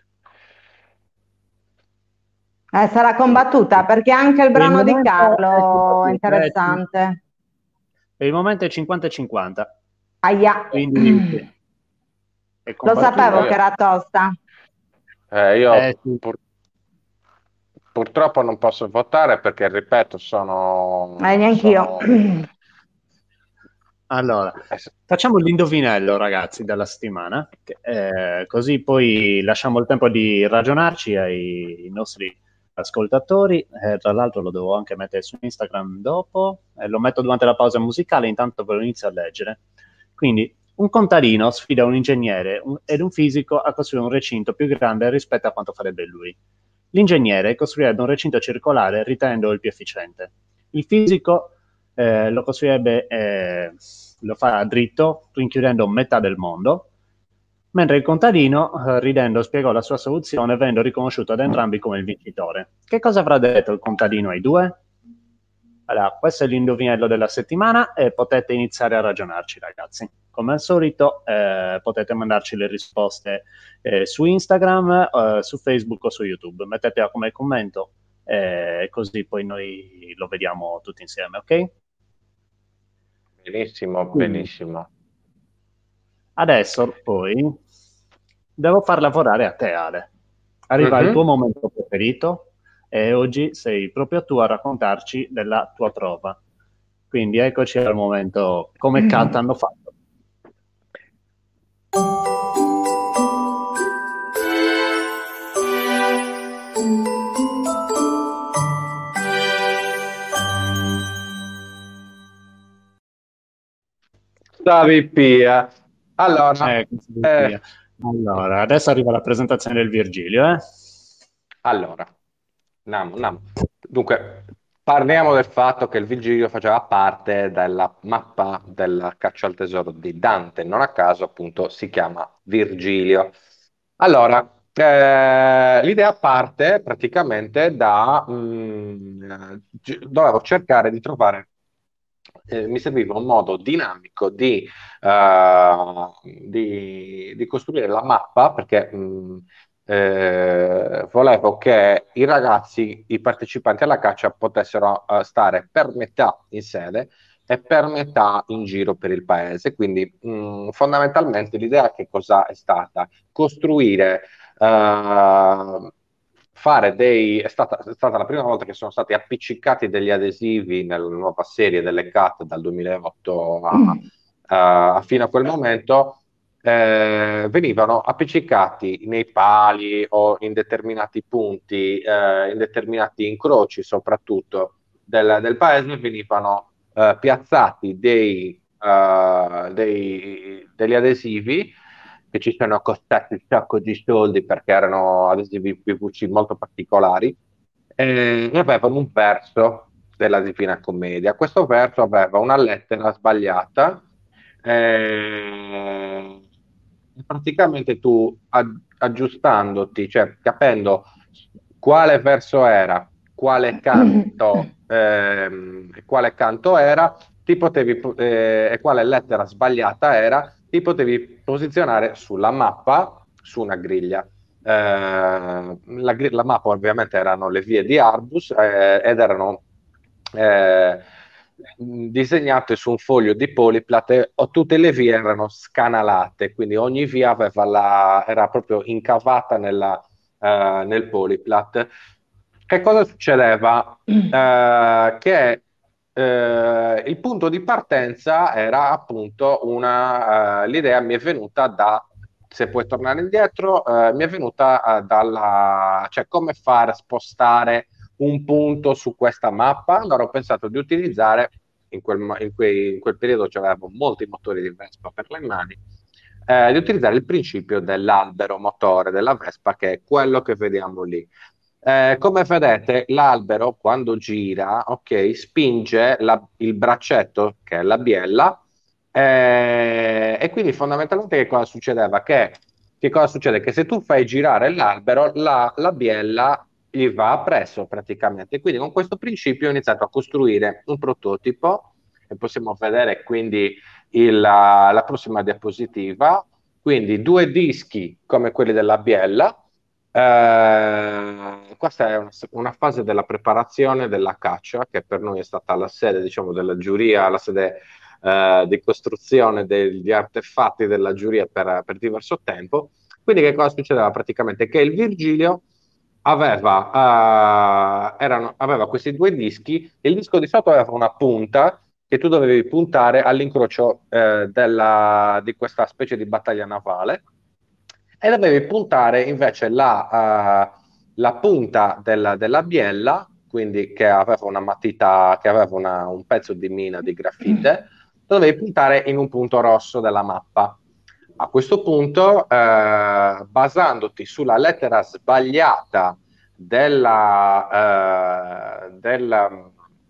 Eh, sarà combattuta perché anche il brano di Carlo è interessante. Per il momento è cinquanta e cinquanta. Aia. Quindi lo sapevo io. Che era tosta. Eh, io eh, sì. pur, purtroppo non posso votare perché, ripeto, sono... Eh, neanch'io. Sono... Allora, facciamo l'indovinello, ragazzi, della settimana, che, eh, così poi lasciamo il tempo di ragionarci ai nostri ascoltatori. Eh, tra l'altro lo devo anche mettere su Instagram dopo, eh, lo metto durante la pausa musicale, intanto ve lo inizio a leggere. Quindi, un contadino sfida un ingegnere un, ed un fisico a costruire un recinto più grande rispetto a quanto farebbe lui. L'ingegnere costruirebbe un recinto circolare ritenendo il più efficiente. Il fisico eh, lo costruirebbe, eh, lo fa dritto, rinchiudendo metà del mondo, mentre il contadino, eh, ridendo, spiegò la sua soluzione, venendo riconosciuto da entrambi come il vincitore. Che cosa avrà detto il contadino ai due? Allora, questo è l'indovinello della settimana e potete iniziare a ragionarci, ragazzi. Come al solito, eh, potete mandarci le risposte eh, su Instagram, eh, su Facebook o su YouTube. Mettetela come commento e eh, così poi noi lo vediamo tutti insieme, ok? Benissimo, benissimo. Adesso poi devo far lavorare a te, Ale. Arriva uh-huh. il tuo momento preferito e oggi sei proprio tu a raccontarci della tua prova. Quindi eccoci al momento come Cat hanno fatto. Stavi Pia. Allora, eh, eh. allora, adesso arriva la presentazione del Virgilio. Eh? Allora, andiamo, andiamo. Dunque, parliamo del fatto che il Virgilio faceva parte della mappa della caccia al tesoro di Dante, non a caso appunto si chiama Virgilio. Allora, eh, l'idea parte praticamente da... Mh, dovevo cercare di trovare, eh, mi serviva un modo dinamico di, uh, di, di costruire la mappa perché... Mh, Eh, volevo che i ragazzi, i partecipanti alla caccia, potessero uh, stare per metà in sede e per metà in giro per il paese. Quindi mh, fondamentalmente l'idea che cosa è stata? Costruire, uh, fare dei... È stata, è stata la prima volta che sono stati appiccicati degli adesivi nella nuova serie delle Cat dal duemilaotto a, a, a fino a quel momento. Eh, venivano appiccicati nei pali o in determinati punti, eh, in determinati incroci soprattutto del, del paese, venivano eh, piazzati dei, uh, dei, degli adesivi che ci sono costati un sacco di soldi perché erano adesivi P V C molto particolari eh, e avevano un verso della Divina Commedia. Questo verso aveva una lettera sbagliata. Eh, praticamente tu ag- aggiustandoti, cioè capendo quale verso era, quale canto, ehm, quale canto era, ti potevi, eh, e quale lettera sbagliata era, ti potevi posizionare sulla mappa su una griglia. Eh, la, la mappa ovviamente erano le vie di Arbus eh, ed erano eh, disegnate su un foglio di Polyplat o tutte le vie erano scanalate, quindi ogni via aveva la, era proprio incavata nella, uh, nel Polyplat. Che cosa succedeva? Uh, che uh, il punto di partenza era appunto una, uh, l'idea mi è venuta da, se puoi tornare indietro, uh, mi è venuta dalla, cioè come fare spostare un punto su questa mappa. Allora ho pensato di utilizzare in quel, mo- in quei- in quel periodo c'erano molti motori di Vespa per le mani, eh, di utilizzare il principio dell'albero motore della Vespa, che è quello che vediamo lì. Eh, come vedete, l'albero quando gira, ok, spinge la- il braccetto, che è la biella, eh, e quindi fondamentalmente che cosa succedeva? Che, che cosa succede? Che se tu fai girare l'albero, la, la biella gli va appresso praticamente. Quindi con questo principio ho iniziato a costruire un prototipo, e possiamo vedere quindi il- la, la prossima diapositiva. Quindi due dischi come quelli della biella. Eh, questa è una, una fase della preparazione della caccia, che per noi è stata la sede, diciamo, della giuria, la sede eh, di costruzione degli artefatti della giuria per, per diverso tempo. Quindi che cosa succedeva praticamente? Che il Virgilio aveva, eh, erano- aveva questi due dischi, il disco di sotto aveva una punta che tu dovevi puntare all'incrocio eh, della- di questa specie di battaglia navale, e dovevi puntare invece la, eh, la punta della, della biella, quindi che aveva una matita, che aveva una- un pezzo di mina di grafite, lo dovevi puntare in un punto rosso della mappa. A questo punto, eh, basandoti sulla lettera sbagliata della, eh, della,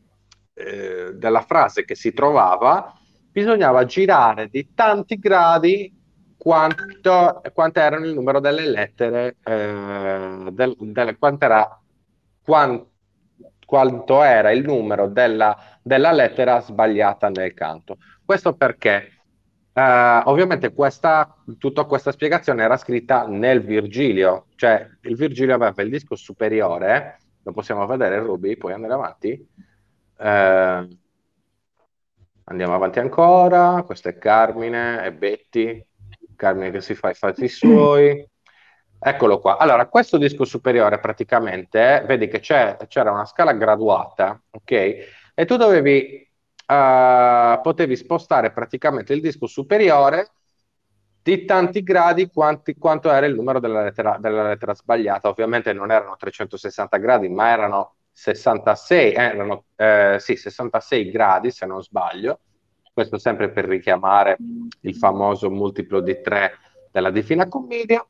eh, della frase che si trovava, bisognava girare di tanti gradi quanto, quanto erano il numero delle lettere, eh, del, del- quanto era, quan- quanto era il numero della, della lettera sbagliata nel canto. Questo perché eh, ovviamente questa, tutta questa spiegazione era scritta nel Virgilio, cioè il Virgilio aveva il disco superiore, lo possiamo vedere, Ruby, puoi andare avanti? Eh, Andiamo avanti ancora, questo è Carmine e Betty, Carmine che si fa i fatti suoi. Eccolo qua. Allora, questo disco superiore praticamente, vedi che c'è- c'era una scala graduata, ok? E tu dovevi, eh, potevi spostare praticamente il disco superiore di tanti gradi quanti- quanto era il numero della lettera, della lettera sbagliata. Ovviamente non erano trecentosessanta gradi, ma erano sessantasei, erano, eh, sì, sessantasei gradi se non sbaglio. Questo sempre per richiamare il famoso multiplo di tre della Divina Commedia.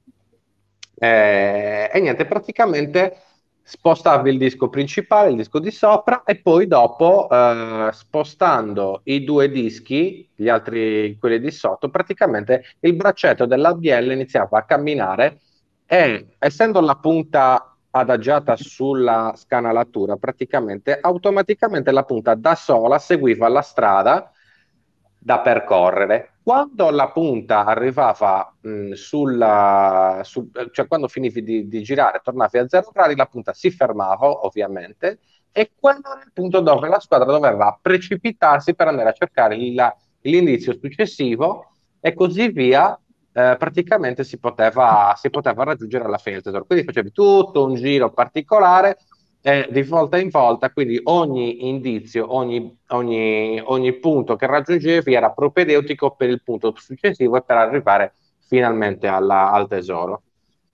Eh, e niente, praticamente spostavi il disco principale, il disco di sopra, e poi dopo, eh, spostando i due dischi, gli altri, quelli di sotto, praticamente il braccetto della biella iniziava a camminare, e essendo la punta adagiata sulla scanalatura, praticamente automaticamente la punta da sola seguiva la strada da percorrere. Quando la punta arrivava mh, sulla, su- cioè quando finivi di, di girare, tornavi a zero gradi, la punta si fermava ovviamente, e quello era il punto dove la squadra doveva precipitarsi per andare a cercare il- l'indizio successivo, e così via. Eh, praticamente si poteva, si poteva raggiungere la fine del tesoro. Quindi facevi tutto un giro particolare, eh, di volta in volta, quindi ogni indizio, ogni, ogni, ogni punto che raggiungevi era propedeutico per il punto successivo e per arrivare finalmente alla- al tesoro.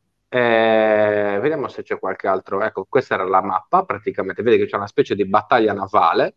Eh, vediamo se c'è qualche altro. Ecco, questa era la mappa, praticamente. Vedi che c'è una specie di battaglia navale.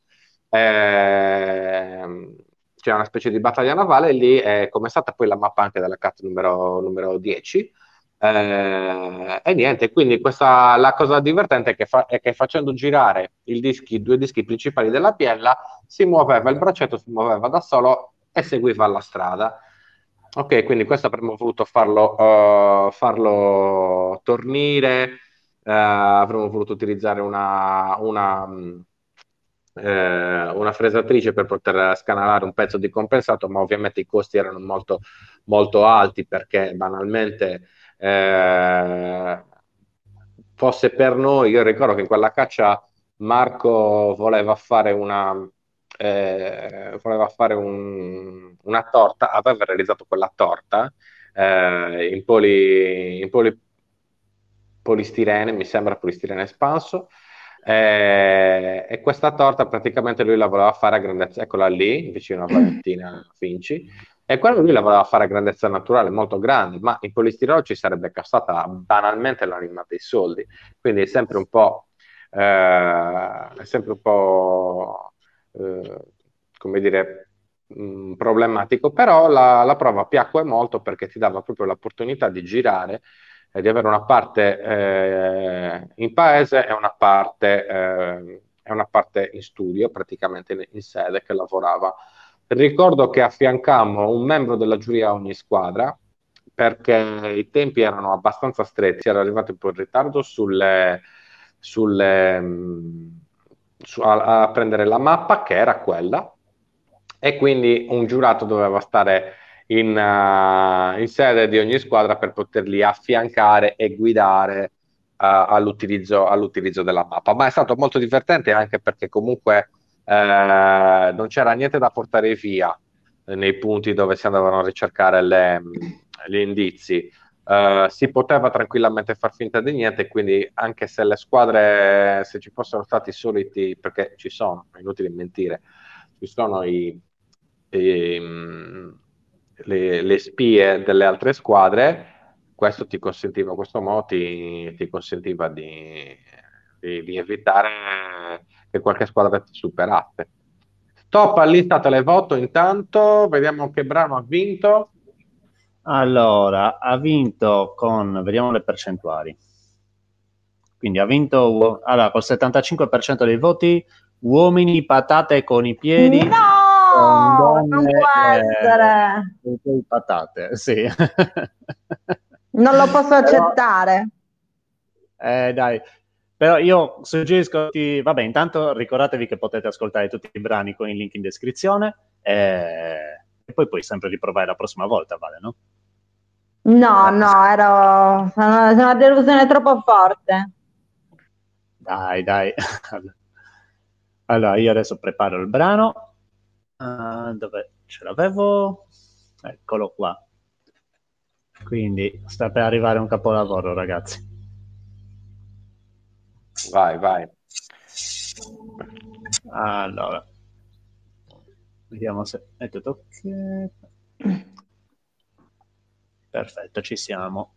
Ehm, c'è una specie di battaglia navale lì, è come è stata poi la mappa anche della cat numero, numero dieci. Eh, e niente, quindi questa, la cosa divertente è che, fa- è che facendo girare il dischi- i due dischi principali della biella, si muoveva il braccetto, si muoveva da solo e seguiva la strada. Ok, quindi questo avremmo voluto farlo, eh, farlo tornire, eh, avremmo voluto utilizzare una, una, mh, eh, una fresatrice per poter scanalare un pezzo di compensato, ma ovviamente i costi erano molto, molto alti, perché banalmente, eh, fosse per noi, io ricordo che in quella caccia Marco voleva fare una, eh, voleva fare un- una torta, aveva realizzato quella torta eh, in, poli, in poli- polistirene, mi sembra polistirene espanso. Eh, e questa torta praticamente lui la voleva fare a grandezza, eccola lì, vicino a Valentina Finci, e quello lui la voleva fare a grandezza naturale, molto grande, ma in polistirolo ci sarebbe costata banalmente l'anima dei soldi. Quindi è sempre un po', eh, è sempre un po' eh, come dire, mh, problematico, però la, la prova piacque molto perché ti dava proprio l'opportunità di girare e di avere una parte eh, in paese e una parte, eh, e una parte in studio, praticamente in, in sede che lavorava. Ricordo che affiancammo un membro della giuria a ogni squadra perché i tempi erano abbastanza stretti, ero arrivato un po' in ritardo sulle, sulle, mh, su- a, a prendere la mappa che era quella e quindi un giurato doveva stare in, uh, in sede di ogni squadra per poterli affiancare e guidare uh, all'utilizzo, all'utilizzo della mappa. Ma è stato molto divertente anche perché comunque eh, non c'era niente da portare via eh, nei punti dove si andavano a ricercare le, gli indizi. Uh, si poteva tranquillamente far finta di niente, quindi anche se le squadre, se ci fossero stati i soliti, perché ci sono, è inutile mentire, ci sono i, i, mh, le, le spie delle altre squadre, questo ti consentiva, questo modo ti, ti consentiva di, di, di evitare che qualche squadra ti superasse. Top lista televoto intanto, vediamo che brano ha vinto. Allora, ha vinto con, vediamo le percentuali. Quindi ha vinto, allora, col settantacinque per cento dei voti, uomini patate con i piedi. No, con non donne, può eh, essere. con patate, sì. Non lo posso Però, accettare. eh, dai, però io suggerisco, di, vabbè, intanto ricordatevi che potete ascoltare tutti i brani con il link in descrizione eh, e poi puoi sempre riprovare la prossima volta, vale, no? No, Eh. no, ero... sono, sono una delusione troppo forte. Dai, dai. Allora, io adesso preparo il brano. Uh, dove ce l'avevo? Eccolo qua. Quindi sta per arrivare un capolavoro, ragazzi. Vai, vai. Allora, vediamo se è tutto ok. Perfetto, ci siamo.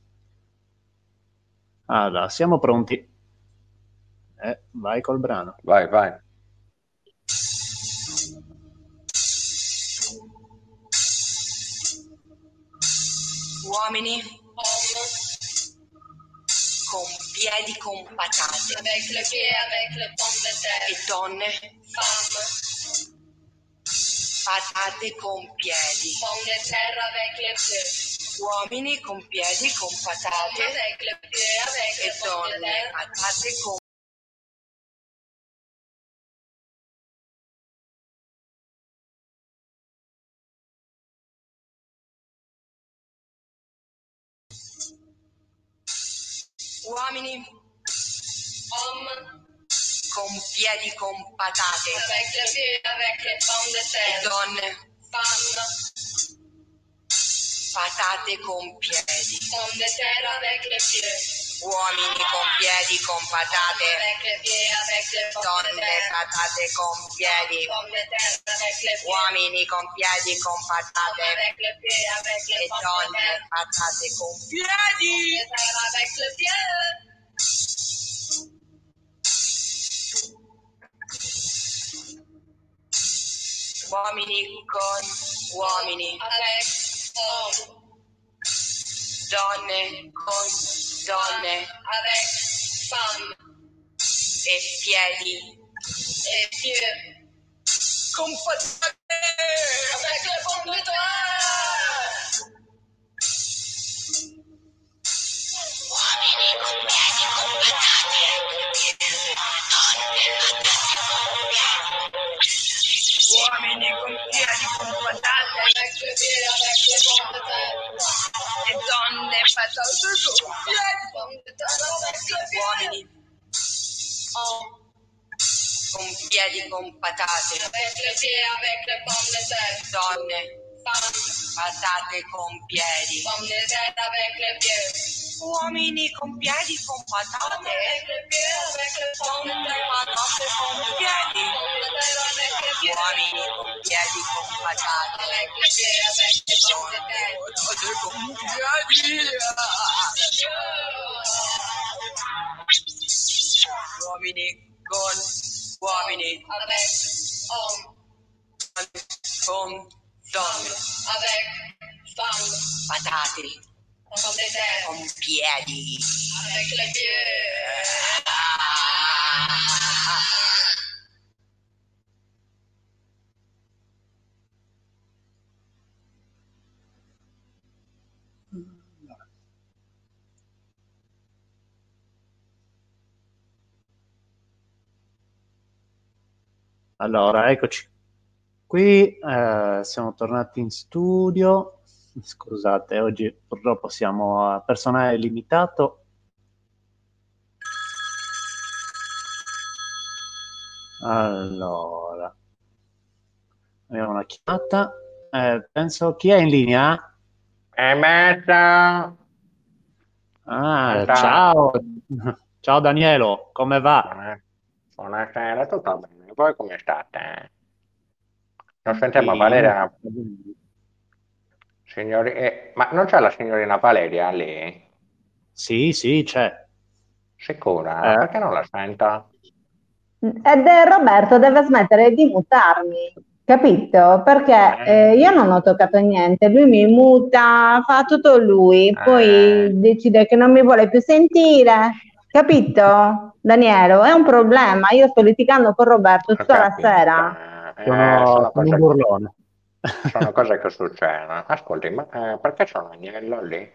Allora, siamo pronti. Eh, vai col brano. Vai, vai. Uomini con piedi con patate avec le pied, avec le pomme de terre. E donne femme patate con piedi pomme de terre avec le pied. Uomini con piedi con patate avec le pied, avec e donne patate con uomini homme con piedi con patate avec le pied, avec le pomme de terre. E donne femme patate con piedi pomme de terre avec le pied. Uomini con piedi con patate avec le pied, avec le pomme de terre. Donne patate con piedi pomme de terre avec le pied. Uomini con piedi con patate avec le pied, avec le e donne patate con piedi avec le pied. Uomini con uomini avec homme. Donne con donne avec femme. E piedi e pied con patate avec le pomme de terre. Uomini con piedi con patate. Uomini con piedi con patate avec le pied, avec le pomme de terre. E donne patate con piedi pomme de terre avec le pied. Uomini oh, con piedi con patate avec le pied, avec le pomme de terre. Donne femme patate con piedi pomme de terre avec le pied. Uomini con piedi con patate avec le pied, avec le pomme de terre. Patate con piedi uomini con piedi con patate avec le pied, avec le pomme de terre. Patate con piedi uomini con uomini avec homme. Fondant avec femme, patate, pommes de terre, pommes piedi, avec les pieds. Allora, eccoci qui, eh, siamo tornati in studio. Scusate, oggi purtroppo siamo a personale limitato. Allora, abbiamo una chiamata. Eh, penso, chi è in linea? È messa. Ah, Ciao. ciao. Ciao Danielo, come va? Buona- Buonasera, tutto bene? Voi come state? Non sentiamo Sì. Valeria, signori... eh, ma non c'è la signorina Valeria lì? Sì, sì, c'è. Sicura? Eh, Perché non la sento? Ed è Roberto deve smettere di mutarmi, capito? Perché eh, io non ho toccato niente, lui mi muta, fa tutto lui, poi Eh, decide che non mi vuole più sentire, capito? Danielo, è un problema, io sto litigando con Roberto ho tutta la capito. sera. Eh, sono, sono sono un cose, burlone. sono cose che succedono. Ascolti, ma eh, perché c'è un agnello lì?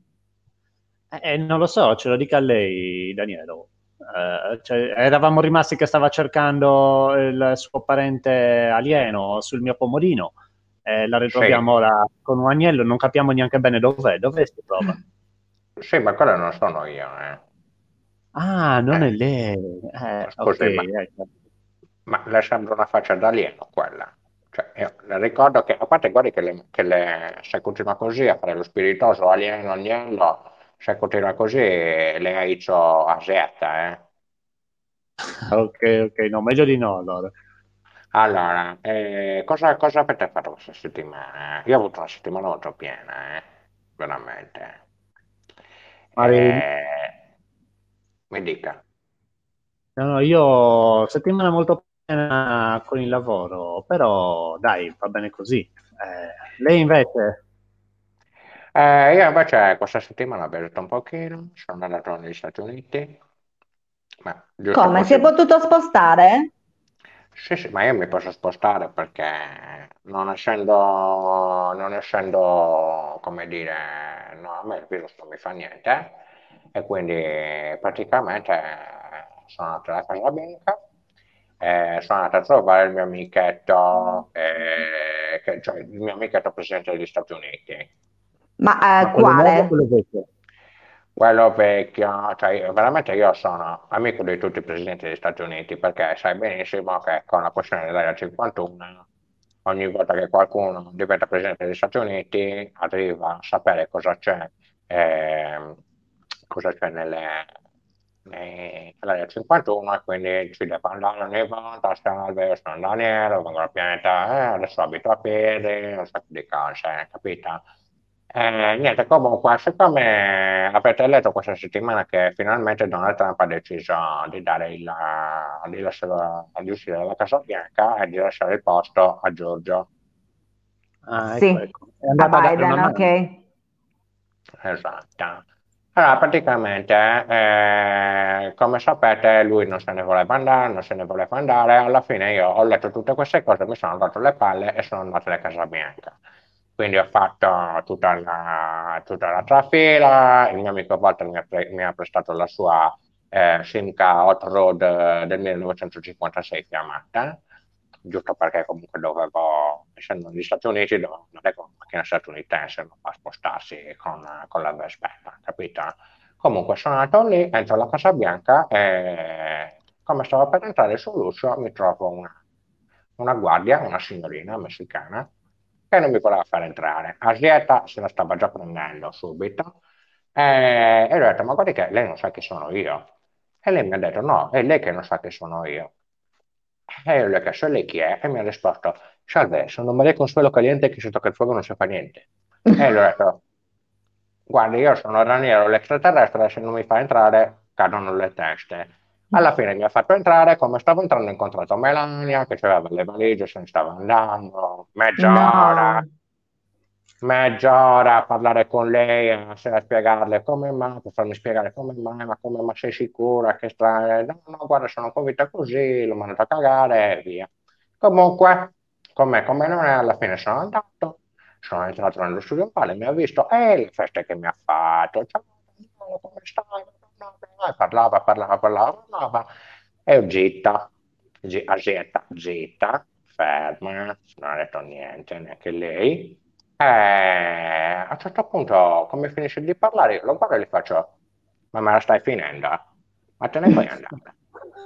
Eh, non lo so, ce lo dica lei, Danielo. Eh, cioè, eravamo rimasti che stava cercando il suo parente alieno sul mio pomodino. Eh, la ritroviamo Sì, ora con un agnello, non capiamo neanche bene dov'è. Dov'è si trova? sì, ma quello non sono io, eh. Ah, non è Eh, lei. Eh, ok, scusi, ma, ecco. ma le sembra una faccia d'alieno quella? Cioè, io le ricordo che, a parte guardi che, le, che le- se continua così a fare lo spiritoso alieno, agnello, se continua così le ha hecho a zeta, eh. Ok, ok, no, meglio di no allora. Allora, eh, cosa, cosa avete fatto questa settimana? Io ho avuto una settimana molto piena, eh, veramente. Mari- Eh, mi dica. no, no, io settimana molto piena con il lavoro, però dai, va bene così. Eh, lei invece? Eh, io invece questa settimana ho viaggiato un pochino, sono andato negli Stati Uniti, ma giusto Come? Si è così. potuto spostare? Sì, sì, ma io mi posso spostare perché non essendo, non essendo, come dire, no, a me il virus non mi fa niente e quindi praticamente sono andato alla Casa Bianca e sono andato a trovare il mio amichetto, eh, che- cioè il mio amichetto presidente degli Stati Uniti. Ma Ma eh, quello nuovo o quale? quello vecchio? Quello vecchio, cioè io- veramente io sono amico di tutti i presidenti degli Stati Uniti perché sai benissimo che con la questione dell'area cinquantuno, ogni volta che qualcuno diventa presidente degli Stati Uniti arriva a sapere cosa c'è, ehm, cosa c'è nelle, nei- nell'area cinquantuno e quindi ci deve andare ogni volta, salve, io sono Daniele, vengo dal pianeta, eh, adesso abito a piedi, un sacco di cose, capito? Eh, niente, comunque, siccome avete letto questa settimana che finalmente Donald Trump ha deciso di dare il, di, lasciare- di uscire dalla Casa Bianca e di lasciare il posto a Giorgio. Ah, ecco, Sì, ecco. È a andata a dare una Biden, mano. ok. Esatto. Allora, praticamente, eh, come sapete, lui non se ne voleva andare, non se ne voleva andare. Alla fine io ho letto tutte queste cose, mi sono dato le palle e sono andato alla Casa Bianca. Quindi ho fatto tutta la, tutta la trafila, il mio amico Walter mi ha, pre- mi ha prestato la sua eh, Simca Hot Road eh, del millenovecentocinquantasei chiamata, giusto perché comunque dovevo, essendo negli Stati Uniti, dovevo andare con una macchina statunitense, non fa spostarsi con, con la Vespetta, capito? Comunque sono andato lì, entro alla Casa Bianca e come stavo per entrare sull'uscio mi trovo una, una guardia, una signorina messicana, che non mi voleva far entrare. Asieta se la stava già prendendo subito e, e gli ho detto, ma guardi che lei non sa chi sono io. E lei mi ha detto, no, è lei che non sa chi sono io. E io gli ho chiesto, e lei chi è? E mi ha risposto, salve, sono Maria Consuelo Caliente che se tocca il fuoco non si fa niente. E gli ho detto, guardi, io sono Raniero, l'extraterrestre, se non mi fa entrare cadono le teste. Alla fine mi ha fatto entrare, come stavo entrando ho incontrato Melania, che aveva le valigie, se ne stava andando, mezz'ora, No. mezz'ora a parlare con lei, a, a spiegarle come mai, per farmi spiegare come mai, ma come mai sei sicura che sta... No, no, guarda, sono convinta così, l'ho mandato a cagare e via. Comunque, come, come non è, alla fine sono andato, sono entrato nello studio pale, mi ha visto, e le feste che mi ha fatto, ciao, Daniele, come stai? E parlava, parlava, parlava, parlava, e io zitta, zi- ah, zitta, zitta, ferma, non ha detto niente, neanche lei. E a un certo punto, come finisce di parlare, io lo guardo e gli faccio, ma me la stai finendo? Ma te ne puoi andare?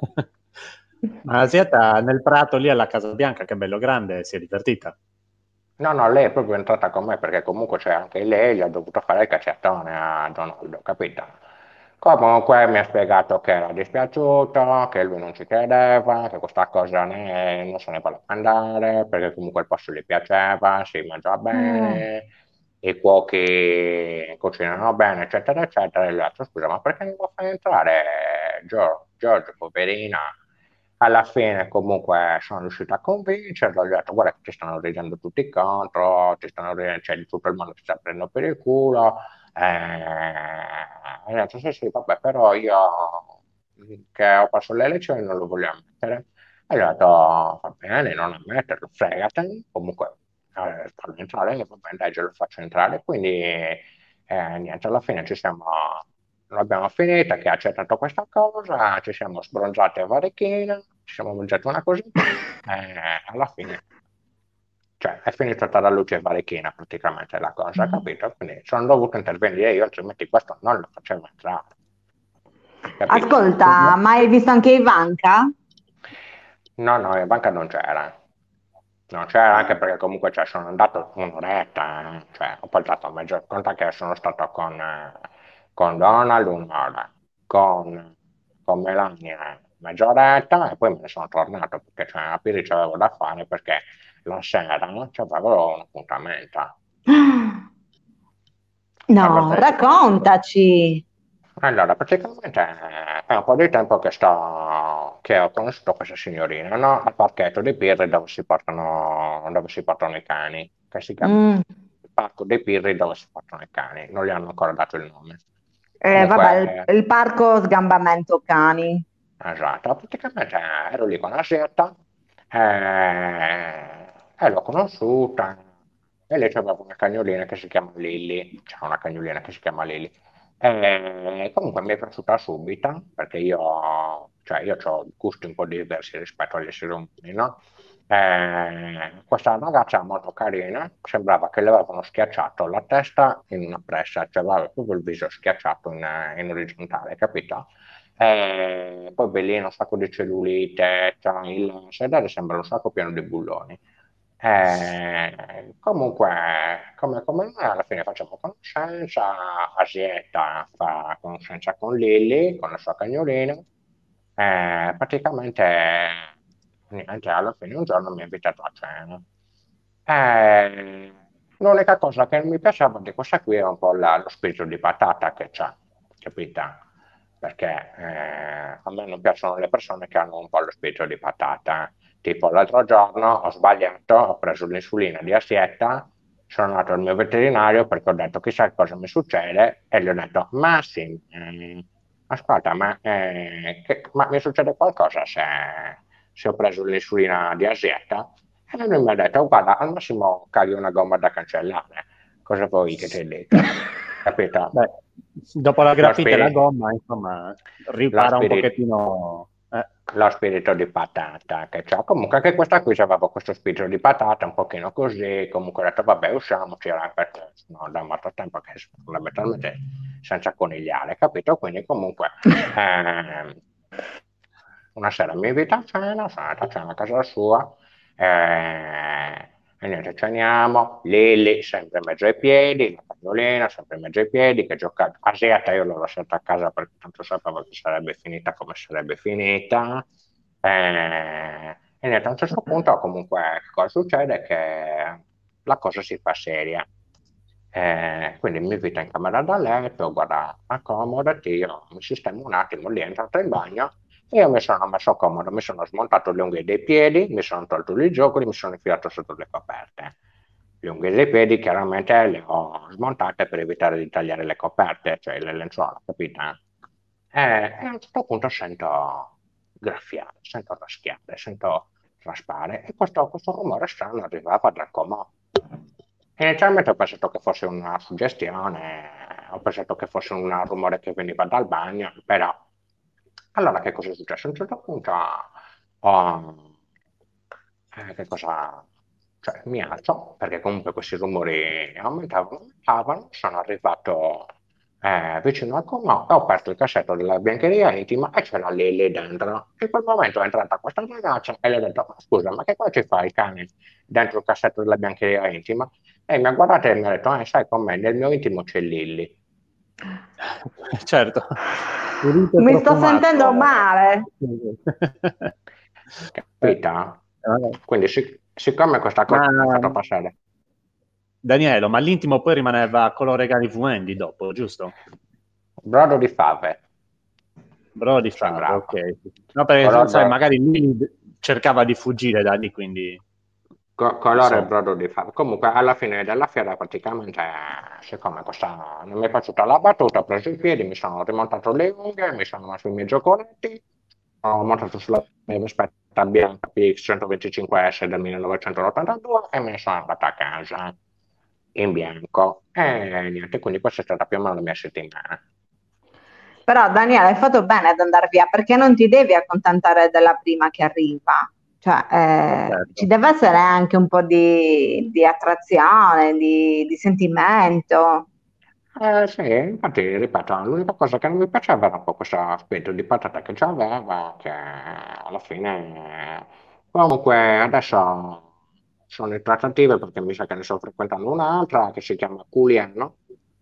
Ma Asiata nel prato lì alla Casa Bianca, che è bello grande, si è divertita. No, no, lei è proprio entrata con me perché comunque c'è anche lei, gli ha dovuto fare il cacciatone a Donaldo, capito? Comunque mi ha spiegato che era dispiaciuto, che lui non ci credeva, che questa cosa ne- non se ne voleva andare, perché comunque il posto gli piaceva, si mangiava Eh. bene, i cuochi cucinano bene, eccetera, eccetera. E gli ho detto, scusa, ma perché non lo fai entrare, Giorgio, Giorgio, poverina? Alla fine comunque sono riuscito a convincerlo, gli ho detto guarda che ti stanno ridendo tutti contro, ti stanno ridendo, cioè di tutto il mondo ti sta prendendo per il culo, eh, e ho detto sì sì vabbè però io che ho perso le elezioni non lo voglio ammettere, e gli ho detto va bene non ammetterlo, fregatene, comunque eh, farlo entrare, va bene dai ce lo faccio entrare, quindi eh, niente alla fine ci siamo l'abbiamo finita, che ha accettato questa cosa, ci siamo sbronzati a varichina, ci siamo mangiati una cosina, e alla fine, cioè, è finita dalla luce a varichina praticamente la cosa, capito? Quindi sono dovuto intervenire io, altrimenti questo non lo facevo entrare, capito? Ascolta, ma hai visto anche Ivanka? No, no, in banca non c'era. Non c'era anche perché comunque cioè, sono andato un'oretta, eh, cioè ho portato mezzo conta che sono stato con, eh, con Donald un'ora, con, con Melania mezz'oretta e poi me ne sono tornato perché cioè, a Piri c'avevo da fare perché la sera no, c'avevo un appuntamento. Allora, No, raccontaci. allora, praticamente eh, è un po' di tempo che sto, che ho conosciuto questa signorina, no? Al parchetto dei Pirri dove si portano, dove si portano i cani, che si chiama Mm. il parco dei Pirri dove si portano i cani, non gli hanno ancora dato il nome. Eh, vabbè, Comunque, il, il parco sgambamento cani. eh, esatto, praticamente eh, ero lì con la setta eh, e l'ho conosciuta e lei aveva una cagnolina che si chiama Lily, c'è una cagnolina che si chiama Lily. E comunque mi è piaciuta subito perché io, cioè io ho gusti un po' diversi rispetto agli esseri umani, no? Eh, questa ragazza molto carina, sembrava che le avevano schiacciato la testa in una pressa, cioè aveva proprio il viso schiacciato in, in orizzontale, capito? Eh, poi bellino, un sacco di cellulite, c'ha il sedere sembra un sacco pieno di bulloni. Eh, comunque, come, come noi alla fine facciamo conoscenza, Asietta fa conoscenza con Lily, con la sua cagnolina, eh, praticamente niente, alla fine un giorno mi ha invitato a cena. Eh, l'unica cosa che non mi piaceva di questa qui era un po' la- lo spirito di patata che c'ha, capita? Perché eh, a me non piacciono le persone che hanno un po' lo spirito di patata. Tipo l'altro giorno ho sbagliato, ho preso l'insulina di Asietta, sono andato al mio veterinario perché ho detto chissà cosa mi succede e gli ho detto ma sì, eh, ascolta, ma, eh, che- ma mi succede qualcosa se, se ho preso l'insulina di Asietta? E lui mi ha detto guarda, al massimo caghi una gomma da cancellare, cosa vuoi che ti dica? Capito? Beh, dopo la Lo graffite e la spirito, gomma, insomma, lo ripara un spirito, pochettino. eh. lo spirito di patata che c'ha. Comunque anche questa qui aveva questo spirito di patata, un pochino così, comunque ho detto vabbè usciamoci, era perché no, da molto tempo che fondamentalmente senza conigliare, capito? Quindi comunque ehm, una sera mi invita a cena, sono andato a cena a casa sua, eh, e niente, ceniamo, Lili sempre in mezzo ai piedi, la cagnolina sempre in mezzo ai piedi, che gioca a sera, io l'ho lasciata a casa perché tanto sapevo che sarebbe finita come sarebbe finita, eh, e niente, a un certo punto comunque che cosa succede? Che la cosa si fa seria. Eh, quindi mi invita in camera da letto, guarda, accomodati, io mi sistemo un attimo lì, è entrato in bagno, Io mi sono messo comodo, mi sono smontato le unghie dei piedi, mi sono tolto i giochi, mi sono infilato sotto le coperte. Le unghie dei piedi chiaramente le ho smontate per evitare di tagliare le coperte, cioè le lenzuola, capito? E, e a un certo punto sento graffiare, sento raschiare, sento raspare e questo, questo rumore strano arrivava dal comò. Inizialmente ho pensato che fosse una suggestione, ho pensato che fosse un rumore che veniva dal bagno, però allora che cosa è successo? A un certo punto ho, eh, che cosa, cioè, mi alzo perché comunque questi rumori aumentavano, aumentavano, sono arrivato eh, vicino al comò e ho aperto il cassetto della biancheria intima e c'era lì, lì dentro. In quel momento è entrata questa ragazza e le ho detto: "Ma scusa, ma che cosa ci fa il cane dentro il cassetto della biancheria intima?" E mi ha guardato e mi ha detto: "Eh, sai com'è, nel mio intimo c'è Lilli." Certo. Mi sto sentendo male. Capita? Quindi sic- siccome questa cosa mi ha fatto passare. Danielo, ma l'intimo poi rimaneva con l'oregali Vuendi dopo, giusto? Brodo di fave. Brodo di fave, ok. No, perché Color sai, bro- magari lui cercava di fuggire da lì, quindi... co- colore Insomma. brodo di fave. Comunque alla fine della fiera praticamente, siccome questa non mi è piaciuta la battuta, ho preso i piedi, mi sono rimontato le unghie, mi sono messo i miei giocoletti, ho montato sulla mia Vespetta bianca P X centoventicinque S del millenovecentottantadue e me ne sono andata a casa in bianco. E niente, quindi questa è stata più o meno la mia settimana. Però Daniele, hai fatto bene ad andare via perché non ti devi accontentare della prima che arriva. Cioè, eh, Certo. ci deve essere anche un po' di, di attrazione, di, di sentimento. Eh, sì, infatti, ripeto, l'unica cosa che non mi piaceva era un po' questo aspetto di patata che c'aveva, che alla fine, comunque, adesso sono in trattative perché mi sa che ne sto frequentando un'altra che si chiama Giuliano,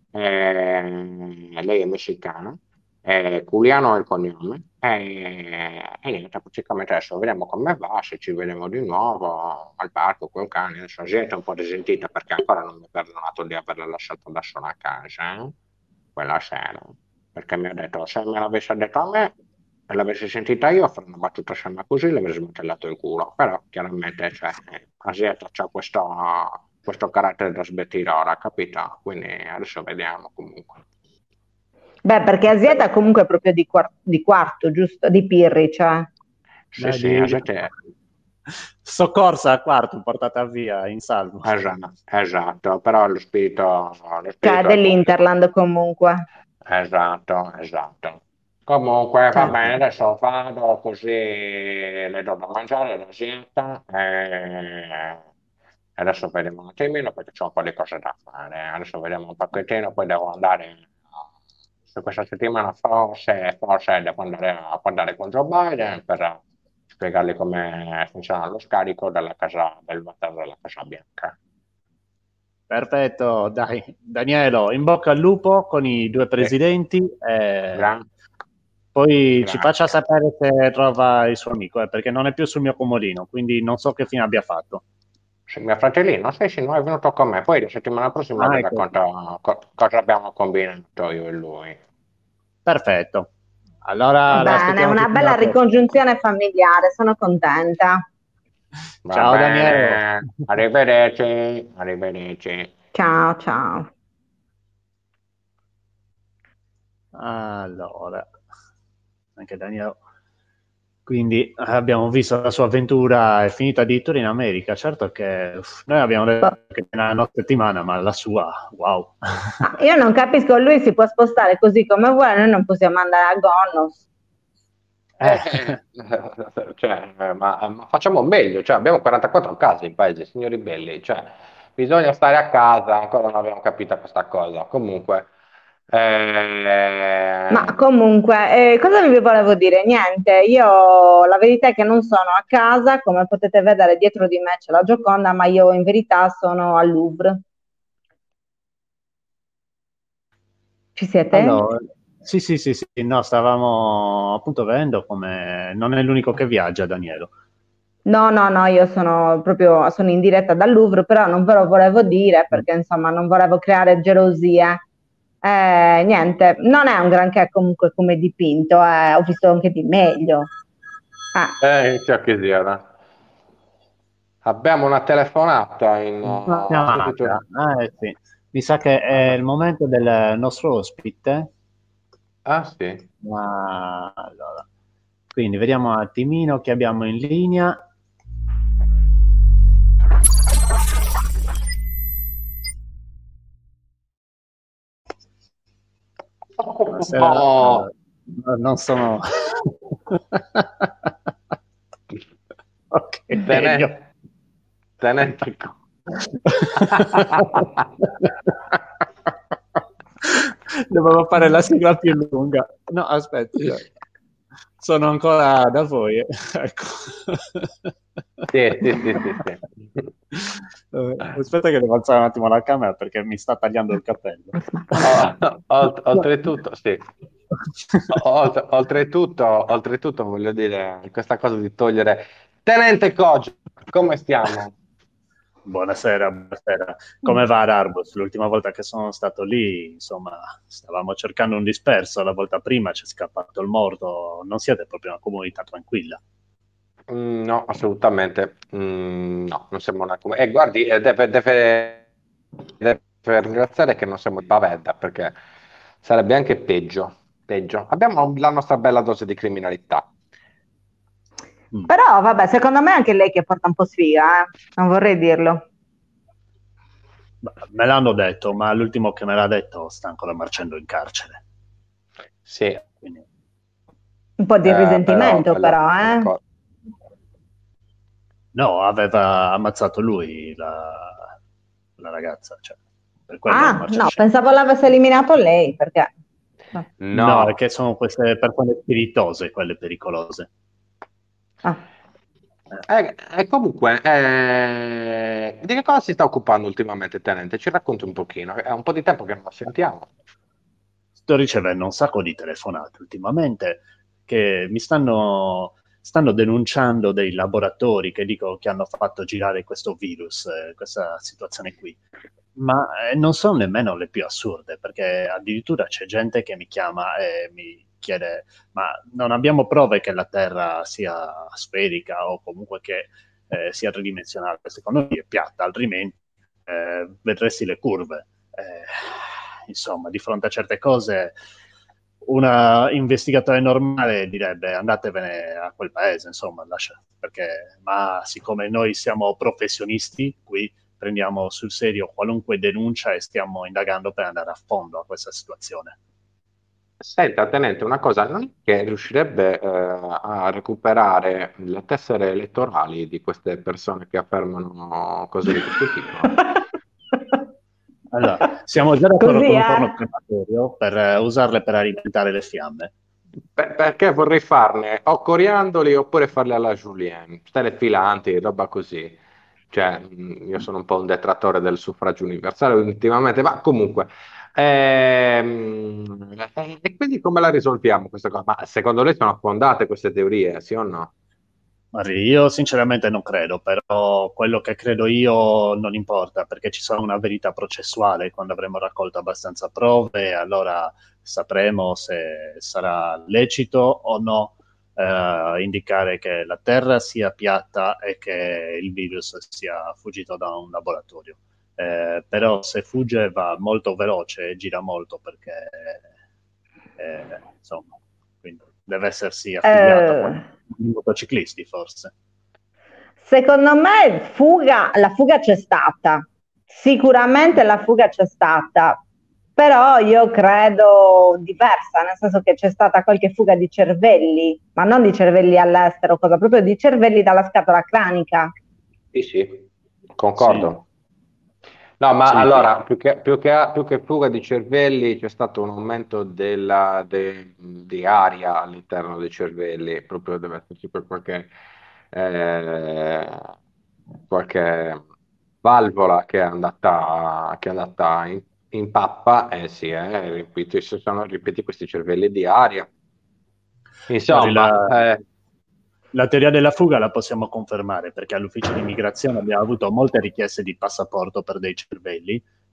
e lei è messicana, e Giuliano è il cognome, e, e niente, praticamente adesso vediamo come va, se ci vediamo di nuovo al parco con il cane, adesso la gente è un po' risentita perché ancora non mi ha perdonato di averla lasciata da sola a casa, eh, quella sera, perché mi ha detto, se me l'avesse detto a me, e l'avessi sentita io, a fare una battuta scema così, le avrei smantellato il culo, però chiaramente, cioè, Asieta c'ha questo, questo carattere da sbettirora, capito? Quindi adesso vediamo comunque. Beh, perché Asieta è comunque proprio di, quar- di quarto, giusto? Di Pirri, cioè. Sì, Dai, sì, di- Asieta è... Soccorsa a quarto, portata via in salvo. Esatto, esatto, però lo spirito, lo Cioè spirito è quello. dell'Interland comunque. Esatto, esatto. Comunque va Certo. bene, adesso vado così le do da mangiare la siesta e adesso vediamo un attimino perché c'ho un po' di cose da fare. Adesso vediamo un pacchettino, poi devo andare su questa settimana forse, forse devo andare a parlare con Joe Biden per spiegargli come funziona lo scarico della casa del water della Casa Bianca. Perfetto, dai. Danielo, in bocca al lupo con i due Sì, presidenti. eh, gra- Poi ci faccia grazie. sapere se trova il suo amico, eh, perché non è più sul mio comodino, quindi non so che fine abbia fatto. Sì, mio fratellino, sì, sì, no, è venuto con me. Poi la settimana prossima Ah, vi ecco. racconto co- cosa abbiamo combinato io e lui. Perfetto. Va Allora bene, l'aspettiamo una bella settimana prossima. ricongiunzione familiare, sono contenta. Va Ciao Danielo. bene, arrivederci, arrivederci. Ciao, ciao. Allora, anche Danielo. Quindi abbiamo visto la sua avventura, è finita addirittura in America. Certo che uff, noi abbiamo detto che è una nostra settimana, ma la sua, wow. Ah, io non capisco, lui si può spostare così come vuole, noi non possiamo andare a Gonnos. Eh, cioè, eh, ma, ma facciamo meglio, cioè, abbiamo quarantaquattro case in paese, signori belli, cioè, bisogna stare a casa, ancora non abbiamo capito questa cosa. Comunque, Ma eh, comunque, eh, cosa vi volevo dire? Niente, io la verità è che non sono a casa, come potete vedere dietro di me c'è la Gioconda, ma io in verità sono al Louvre. Ci siete? Allora, sì, sì, sì, sì, no, stavamo appunto vedendo come non è l'unico che viaggia, Danielo. No, no, no, io sono proprio sono in diretta dal Louvre, però non ve lo volevo dire perché insomma non volevo creare gelosie. Eh, niente, non è un granché comunque come dipinto, eh, ho visto anche di meglio. Ah, Eh, ciò che sia. Abbiamo una telefonata in... Una uh, chiamata. subito. Ah, eh, sì. Mi sa che è il momento del nostro ospite. Ah, sì. Ma allora, quindi vediamo un attimino che abbiamo in linea. Buonasera. Oh, Eh, non sono. Ok, meglio. tenente, tenente. Dovevo fare la sigla più lunga. No, aspetta, io sono ancora da voi. eh. Ecco. Sì, sì, sì, sì, sì. Eh, aspetta che devo alzare un attimo la camera perché mi sta tagliando il capello. Oh, ol- oltretutto, sì. Oltre- oltretutto, oltretutto, voglio dire, questa cosa di togliere... Tenente Coggio, come stiamo? Buonasera, buonasera. Come va ad Arbus? L'ultima volta che sono stato lì, insomma, stavamo cercando un disperso. La volta prima c'è scappato il morto. Non siete proprio una comunità tranquilla. Mm, no, assolutamente. Mm, no, non siamo una comunità. E guardi, eh, deve, deve, deve ringraziare che non siamo di Pavetta, perché sarebbe anche peggio. Peggio. Abbiamo la nostra bella dose di criminalità. Mm. però vabbè, secondo me è anche lei che porta un po' sfiga, eh. Non vorrei dirlo. Me l'hanno detto, ma l'ultimo che me l'ha detto sta ancora marcendo in carcere. Sì, Quindi, Un po' di eh, però risentimento, la, però, la eh. co- no, aveva ammazzato lui la, la ragazza, cioè, per quello Ah, marcia no, scemo. pensavo l'avesse eliminato lei, perché... No, è No, che sono queste persone spiritose, quelle pericolose. Ah. Eh. e, e comunque, eh, di che cosa si sta occupando ultimamente, Tenente? Ci racconti un pochino, è un po' di tempo che non la sentiamo. Sto ricevendo un sacco di telefonate ultimamente che mi stanno, stanno denunciando dei laboratori che dico che hanno fatto girare questo virus, eh, questa situazione qui. Ma eh, non sono nemmeno le più assurde, perché addirittura c'è gente che mi chiama e mi chiede: ma non abbiamo prove che la Terra sia sferica o comunque che eh, sia tridimensionale? Secondo me è piatta, altrimenti eh, vedresti le curve. Eh, insomma, di fronte a certe cose, un investigatore normale direbbe: andatevene a quel paese, insomma, lascia, perché, ma siccome noi siamo professionisti qui, prendiamo sul serio qualunque denuncia e stiamo indagando per andare a fondo a questa situazione. Senta, Tenente, una cosa, non è che riuscirebbe eh, a recuperare le tessere elettorali di queste persone che affermano cose di questo tipo? Allora, siamo già d'accordo Così, con un forno eh? crematorio per eh, usarle per alimentare le fiamme. Per- perché vorrei farne o coriandoli oppure farli alla julienne, stelle filanti, roba così. Cioè, mh, io sono un po' un detrattore del suffragio universale ultimamente, ma comunque. Ehm, e e quindi come la risolviamo questa cosa? Ma secondo lei sono fondate queste teorie, sì o no? Guardi, io sinceramente non credo, però quello che credo io non importa, perché ci sarà una verità processuale quando avremo raccolto abbastanza prove, allora sapremo se sarà lecito o no eh, indicare che la Terra sia piatta e che il virus sia fuggito da un laboratorio. Eh, però se fugge va molto veloce e gira molto perché eh, insomma, quindi deve essersi affiliato a Eh, qualche di motociclisti forse. secondo me fuga, la fuga c'è stata, sicuramente la fuga c'è stata, però io credo diversa, nel senso che c'è stata qualche fuga di cervelli, ma non di cervelli all'estero, cosa proprio di cervelli dalla scatola cranica. Sì, sì, Sì, concordo. No, ma sì, sì. allora, più che, più che, più che fuga di cervelli, c'è stato un aumento della, de- di aria all'interno dei cervelli, proprio deve esserci per qualche, eh, qualche valvola che è andata, che è andata in, in pappa, e si è riempito, si sono riempiti questi cervelli di aria. Guardi, Insomma, la, eh, la teoria della fuga la possiamo confermare perché all'ufficio di immigrazione abbiamo avuto molte richieste di passaporto per dei cervelli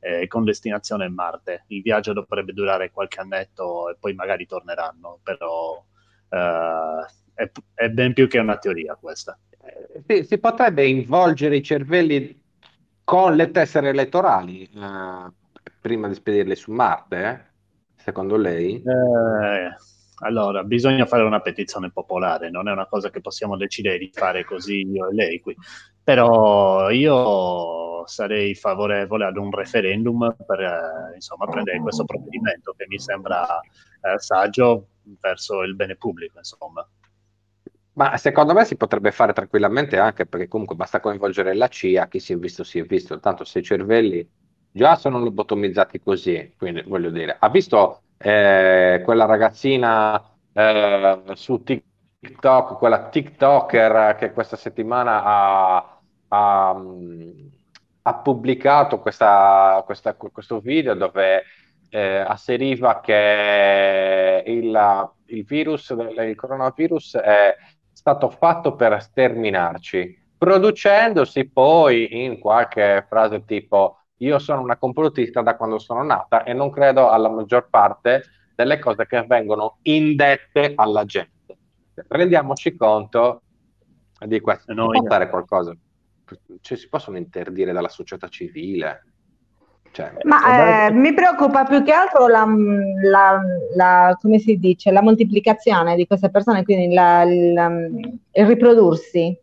eh, con destinazione Marte. Il viaggio dovrebbe durare qualche annetto e poi magari torneranno, però eh, è, è ben più che una teoria questa. Eh, sì, si potrebbe involgere i cervelli con le tessere elettorali eh, prima di spedirle su Marte, eh? Secondo lei? Eh, allora, bisogna fare una petizione popolare, non è una cosa che possiamo decidere di fare così io e lei qui. Però io sarei favorevole ad un referendum per eh, insomma, prendere questo provvedimento che mi sembra eh, saggio verso il bene pubblico, insomma. Ma secondo me si potrebbe fare tranquillamente anche perché comunque basta coinvolgere la C I A, chi si è visto si è visto, tanto se i cervelli già sono lobotomizzati così, quindi voglio dire, ha visto eh, quella ragazzina eh, su TikTok, quella TikToker che questa settimana ha, ha, mh, ha pubblicato questa- questa- questo video dove eh, asseriva che il, il virus, il coronavirus è stato fatto per sterminarci, producendosi poi in qualche frase tipo io sono una complottista da quando sono nata e non credo alla maggior parte delle cose che vengono indette alla gente. Rendiamoci conto di questo. Si Noi, può fare qualcosa? Cioè, si possono interdire dalla società civile? Cioè, Ma eh, mi preoccupa più che altro la, la- la- come si dice, la moltiplicazione di queste persone, quindi la- il, il riprodursi,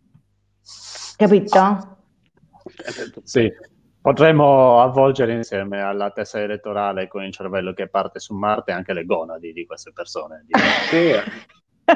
capito? sì, potremmo avvolgere insieme alla testa elettorale con il cervello che parte su Marte anche le gonadi di queste persone. sì.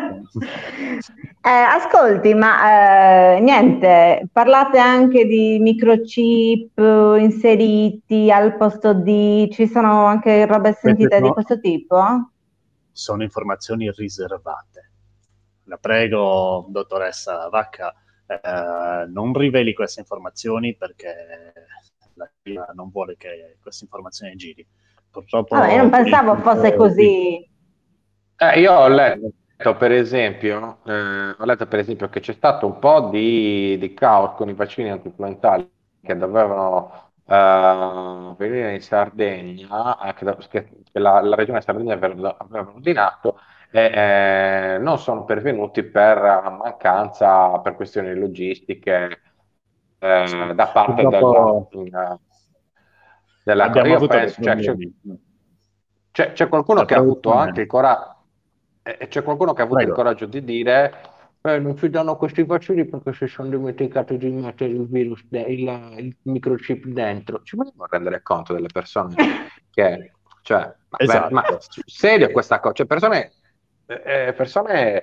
Eh, ascolti, ma eh, niente, parlate anche di microchip eh, inseriti al posto di, ci sono anche robe sentite di sono, questo tipo? sono informazioni riservate. La prego, dottoressa Vacca, eh, non riveli queste informazioni perché la C I A non vuole che queste informazioni giri. Purtroppo Vabbè, io non per il pensavo fosse punto qui. così. Eh, io ho letto per esempio, eh, ho letto per esempio che c'è stato un po' di, di caos con i vaccini antinfluenzali che dovevano eh, venire in Sardegna, eh, che, do- che- che la, la regione Sardegna aveva, aveva ordinato e eh, non sono pervenuti per mancanza, per questioni logistiche eh, da parte della, Purtroppo eh, della co- abbiamo Io avuto dei penso, cioè, c'è problemi. c'è- c'è qualcuno La che ha avuto produzione, anche il coraggio, c'è qualcuno che ha avuto il prego. coraggio di dire "Eh, non ci danno questi vaccini perché si sono dimenticati di mettere il virus, de- il, il microchip dentro. Ci vogliamo rendere conto delle persone che, cioè, ma, ver- ma Esatto. serio questa cosa, cioè persone, eh, persone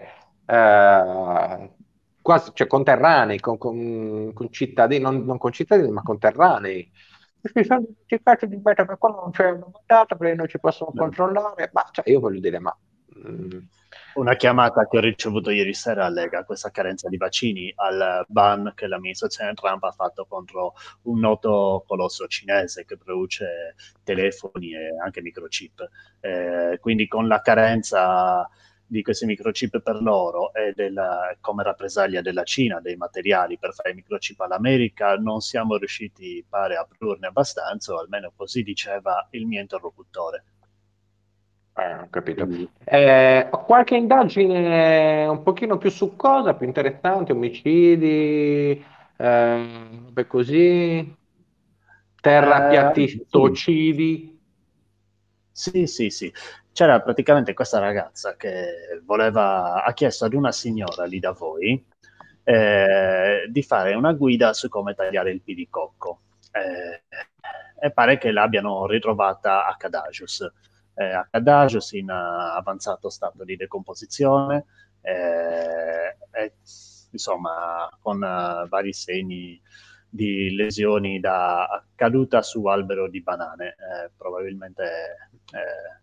eh, quasi, cioè, conterranei, con, con, con cittadini, non, non con cittadini, ma conterranei. Si sono dimenticati di mettere per quello non c'è una mandata perché non ci possono controllare. Ma cioè, io voglio dire, ma mm, Una chiamata che ho ricevuto ieri sera allega questa carenza di vaccini al ban che l'amministrazione Trump ha fatto contro un noto colosso cinese che produce telefoni e anche microchip. Eh, quindi con la carenza di questi microchip per loro e della, come rappresaglia della Cina dei materiali per fare i microchip all'America, non siamo riusciti, pare, a produrne abbastanza, o almeno così diceva il mio interlocutore. Eh, ho capito. Quindi, Eh, ho qualche indagine un pochino più su cosa, più interessante, omicidi, eh, robe così, eh, sì, terrapiattistocidi. sì, sì, sì. C'era praticamente questa ragazza che voleva, ha chiesto ad una signora lì da voi eh, di fare una guida su come tagliare il pidicocco. Eh, e pare che l'abbiano ritrovata a Cadagius. Eh, a Cadagius in uh, avanzato stato di decomposizione, eh, e, insomma, con uh, vari segni di lesioni da caduta su albero di banane, eh, probabilmente eh,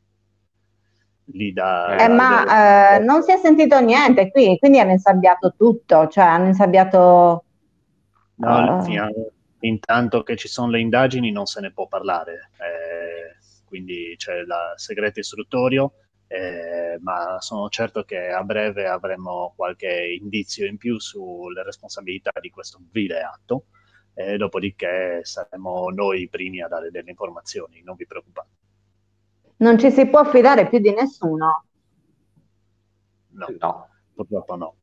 lì Eh, da... Eh, ma eh, non si è sentito niente qui, quindi hanno insabbiato tutto, cioè hanno insabbiato... No, eh, fino a- intanto che ci sono le indagini non se ne può parlare, eh, quindi c'è il segreto istruttorio, eh, ma sono certo che a breve avremo qualche indizio in più sulle responsabilità di questo vile atto. e dopodiché saremo noi i primi a dare delle informazioni, non vi preoccupate. Non ci si può fidare più di nessuno? No, No. purtroppo no.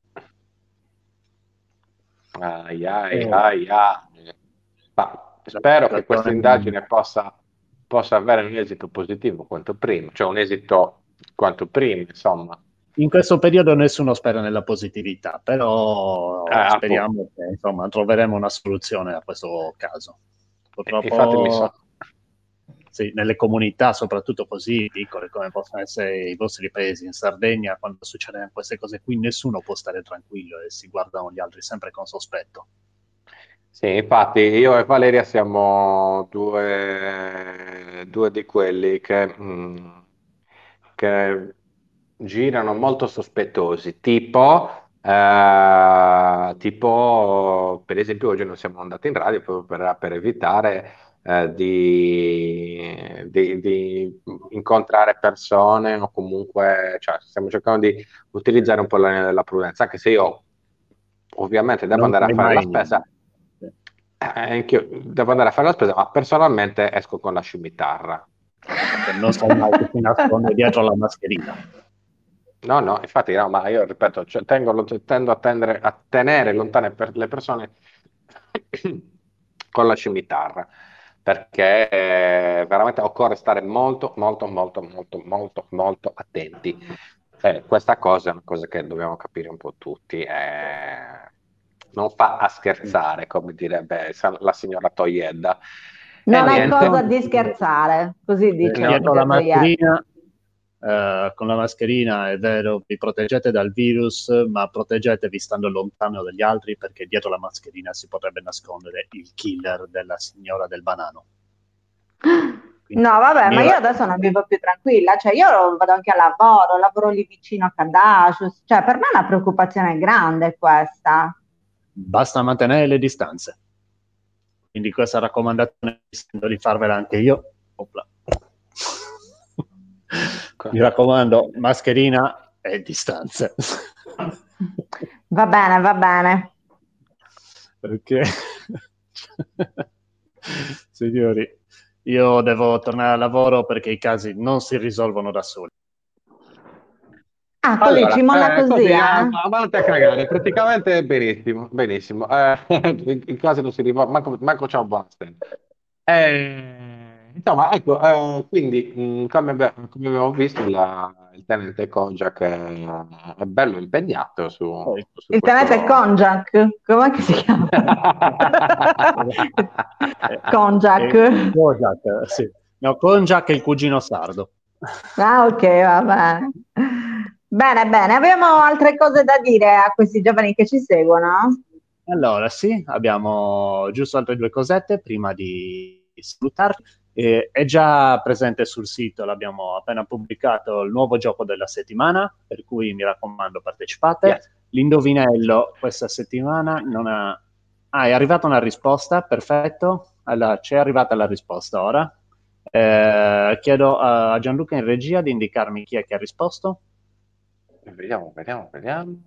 Ai, ai, Eh, ai, ai. Ma spero che questa l'attuale- indagine possa, possa avere un esito positivo quanto prima, cioè un esito quanto prima, insomma. In questo periodo nessuno spera nella positività, però Eh, appunto. speriamo che insomma, troveremo una soluzione a questo caso. Purtroppo, Infatti mi so- sì, nelle comunità, soprattutto così piccole come possono essere i vostri paesi, in Sardegna, quando succedono queste cose qui, nessuno può stare tranquillo e si guardano gli altri sempre con sospetto. Sì, infatti io e Valeria siamo due, due di quelli che, mh, che girano molto sospettosi, tipo, eh, tipo, per esempio oggi non siamo andati in radio proprio per, per evitare eh, di, di- di incontrare persone o comunque, cioè, stiamo cercando di utilizzare un po' la, la prudenza, anche se io ovviamente devo Non andare a sai fare la mai. spesa. Sì. Eh, anch'io devo andare a fare la spesa, ma personalmente esco con la scimitarra. Perché non sai mai che si nasconde dietro la mascherina. No, no, infatti, no, ma io ripeto, cioè, tengo- tendo a, tendere- a tenere lontane per le persone con la scimitarra, perché eh, veramente occorre stare molto, molto, molto, molto, molto, molto attenti. Eh, questa cosa è una cosa che dobbiamo capire un po' tutti. eh, non fa a scherzare, come direbbe sa- la signora Toiedda. E Non è niente. cosa di scherzare, così dice il Dietro la professor Ieri. mascherina, eh, con la mascherina è vero, vi proteggete dal virus, ma proteggetevi stando lontano dagli altri, perché dietro la mascherina si potrebbe nascondere il killer della signora del banano. Quindi, No, vabbè, ma mi io ra- adesso non vivo più tranquilla, cioè io vado anche al lavoro, lavoro lì vicino a Caddacius, cioè per me è una preoccupazione grande questa. basta mantenere le distanze. Quindi questa raccomandazione sento di farvela anche io. Opla. Mi raccomando, mascherina e distanze. Va bene, va bene. Perché signori, io devo tornare al lavoro perché i casi non si risolvono da soli. Ah, così Allora, ci molla eh, così, così, eh? a, a vanti a cagare, praticamente benissimo, benissimo. Eh, in, in caso non si rivolge, manco, manco c'è un buon tempo. Eh, insomma, ecco, eh, quindi, mh, come, abbe- come abbiamo visto, la- il tenente Kojak è, è bello impegnato su, su Il tenente questo... Konjak, com'è che si chiama? Konjak. Eh, Kojak, sì. No, Konjak è il cugino sardo. Ah, ok, va bene. Bene, bene. Abbiamo altre cose da dire a questi giovani che ci seguono? Allora, sì, abbiamo giusto altre due cosette prima di salutarci. Eh, è già presente sul sito, l'abbiamo appena pubblicato, il nuovo gioco della settimana, per cui mi raccomando partecipate. Yes. L'indovinello questa settimana non ha... Ah, è arrivata una risposta, perfetto. Allora, c'è arrivata la risposta ora. Eh, chiedo a Gianluca in regia di indicarmi chi è che ha risposto. Vediamo, vediamo, vediamo.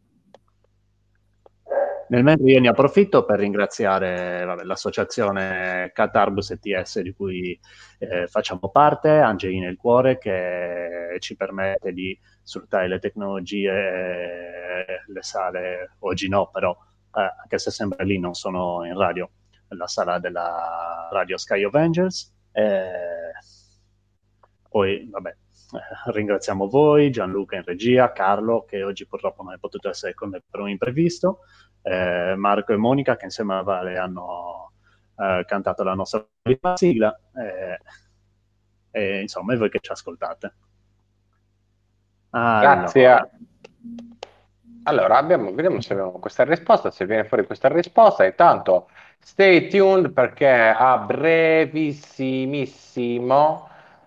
Nel mentre io ne approfitto per ringraziare vabbè, l'associazione Catarbus E T S di cui eh, facciamo parte, Angelina il Cuore, che ci permette di sfruttare le tecnologie, eh, le sale, oggi no, però eh, anche se sempre lì non sono in radio, la sala della radio Sky of Angels. Eh, poi, vabbè, eh, ringraziamo voi, Gianluca in regia, Carlo, che oggi purtroppo non è potuto essere con me per un imprevisto, eh, Marco e Monica, che insieme a Vale hanno eh, cantato la nostra prima sigla, eh, e insomma, e voi che ci ascoltate. Allora. Grazie. Allora, abbiamo, vediamo se abbiamo questa risposta, se viene fuori questa risposta. Intanto, stay tuned perché a brevissimissimo,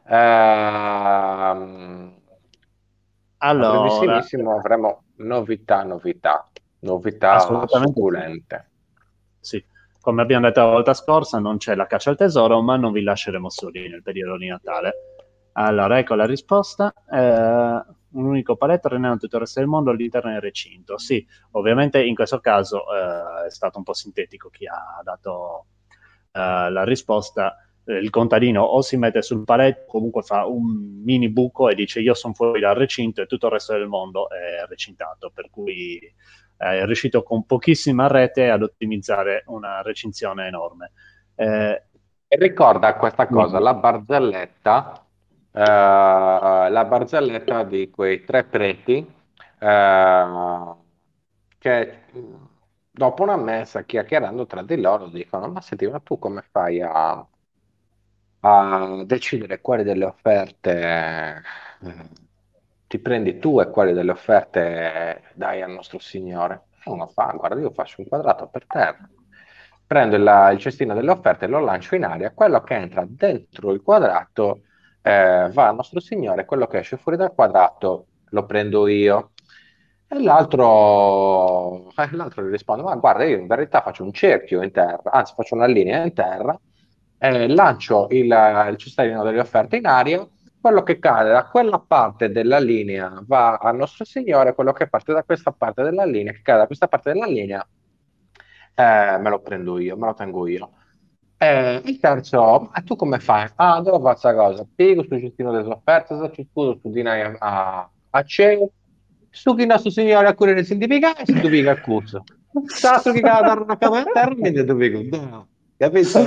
ehm, Allora, a brevissimissimo avremo novità, novità, novità assolutamente succulente. sì. Sì. Come abbiamo detto la volta scorsa, non c'è la caccia al tesoro, ma non vi lasceremo soli nel periodo di Natale. Allora, ecco la risposta. Eh, un unico paletto renendo tutto il resto del mondo all'interno del recinto. Sì, ovviamente in questo caso eh, è stato un po' sintetico chi ha dato eh, la risposta. Il contadino o si mette sul paletto, comunque fa un mini buco e dice io sono fuori dal recinto e tutto il resto del mondo è recintato, per cui è riuscito con pochissima rete ad ottimizzare una recinzione enorme. Eh, e ricorda questa cosa, la barzelletta, eh, la barzelletta di quei tre preti eh, che dopo una messa, chiacchierando tra di loro, dicono: ma senti, ma tu come fai a, a decidere quali delle offerte eh, ti prendi tu e quali delle offerte dai al nostro Signore? E uno fa: guarda, io faccio un quadrato per terra, prendo il, il cestino delle offerte e lo lancio in aria, quello che entra dentro il quadrato eh, va al nostro Signore, quello che esce fuori dal quadrato lo prendo io. E l'altro, eh, l'altro gli risponde: ma guarda, io in verità faccio un cerchio in terra, anzi faccio una linea in terra, eh, lancio il, il cestino delle offerte in aria, quello che cade da quella parte della linea va al nostro Signore, quello che parte da questa parte della linea, che cade da questa parte della linea, eh, me lo prendo io, me lo tengo io. Eh, il terzo: ma tu come fai? Ah, dove faccio la cosa? Piego sul cestino delle offerte, se ci scudo su di noi a, a, a cielo, su chi nostro Signore a cura del significato e si dubica a curso. Sarà su chi cada dare una cama a termine e dubica. No, capito?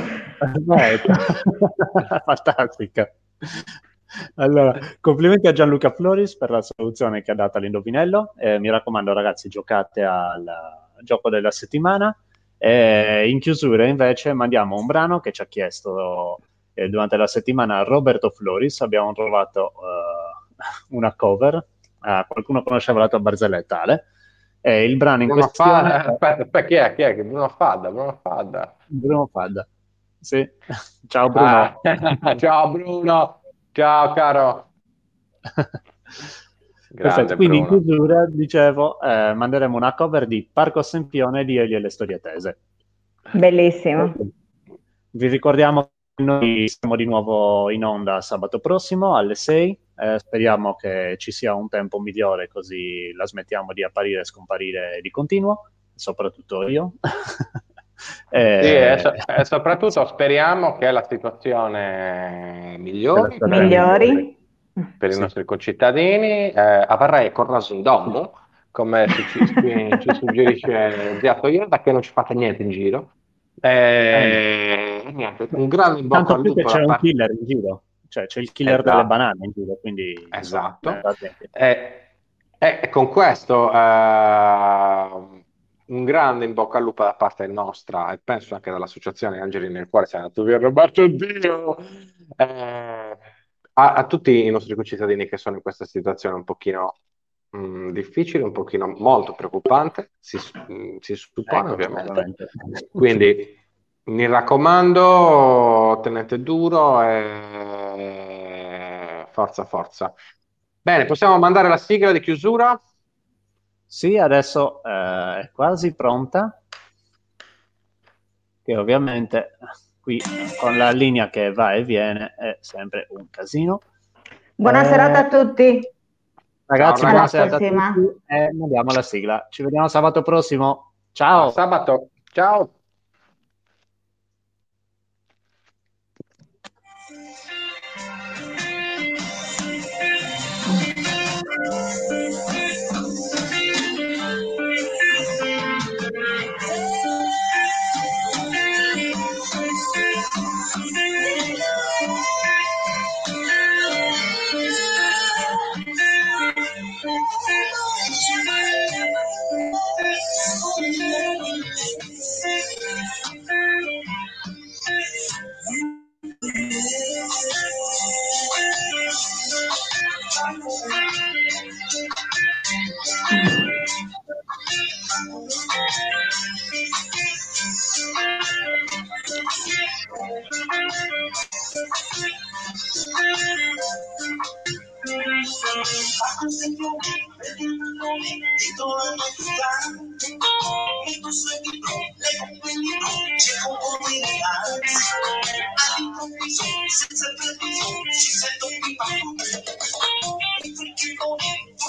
Fantastica. Allora, complimenti a Gianluca Floris per la soluzione che ha dato all'indovinello. Eh, mi raccomando, ragazzi, giocate al gioco della settimana. E in chiusura, invece, mandiamo un brano che ci ha chiesto eh, durante la settimana Roberto Floris. Abbiamo trovato uh, una cover. Uh, qualcuno conosceva la tua barzelletta, Ale? E il brano in Bruno questione Fadda, aspetta, aspetta, chi è? Chi è? Bruno Fadda, Bruno Fadda. Bruno Fadda. Sì. Ciao Bruno. Ah, ciao Bruno, ciao caro. Perfetto, quindi in chiusura, dicevo, eh, manderemo una cover di Parco Sempione di Elio e le Storie Tese. Bellissimo. Vi ricordiamo che noi siamo di nuovo in onda sabato prossimo alle sei. Eh, speriamo che ci sia un tempo migliore, così la smettiamo di apparire e scomparire di continuo, soprattutto io. eh, sì, e, so- e soprattutto speriamo che la situazione migliori, per, migliori per sì. i nostri concittadini. Eh, avrei corraso in domo, come ci, ci, ci suggerisce Zia Toyota, che non ci fate niente in giro. Eh, eh, niente, un grande in bocca tanto al più che lupo c'è da un parte. killer in giro, cioè c'è il killer Esatto. delle banane in giro, quindi Esatto. insomma, e, e con questo eh, un grande in bocca al lupo da parte nostra, e penso anche dall'associazione Angeli nel cuore, sei andato via Roberto Dio, eh, a, a tutti i nostri concittadini che sono in questa situazione un pochino mh, difficile, un pochino molto preoccupante, si, mh, si suppone ecco, ovviamente. ovviamente. Quindi mi raccomando, tenete duro e forza, forza. Bene, possiamo mandare la sigla di chiusura? Sì, adesso eh, è quasi pronta, che ovviamente qui con la linea che va e viene è sempre un casino. Buona eh, serata a tutti. Ragazzi, Ciao, buona ragazzi. serata a tutti e mandiamo la sigla. Ci vediamo sabato prossimo. Ciao! A sabato. Ciao! All'improvviso, senza preavviso, ci sento più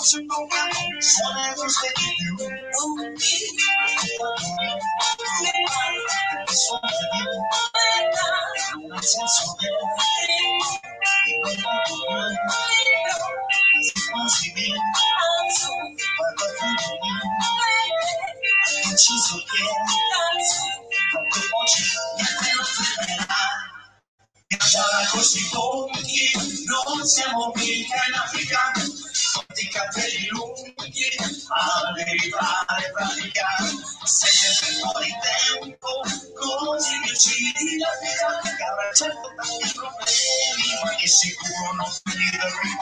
Sarà così lunghi, non siamo mica in Africa, i capelli lunghi, arrivare pratica, sempre fuori tempo, così mi uccidi la vita, che avrà certo tanti problemi, ma di sicuro non finiremo.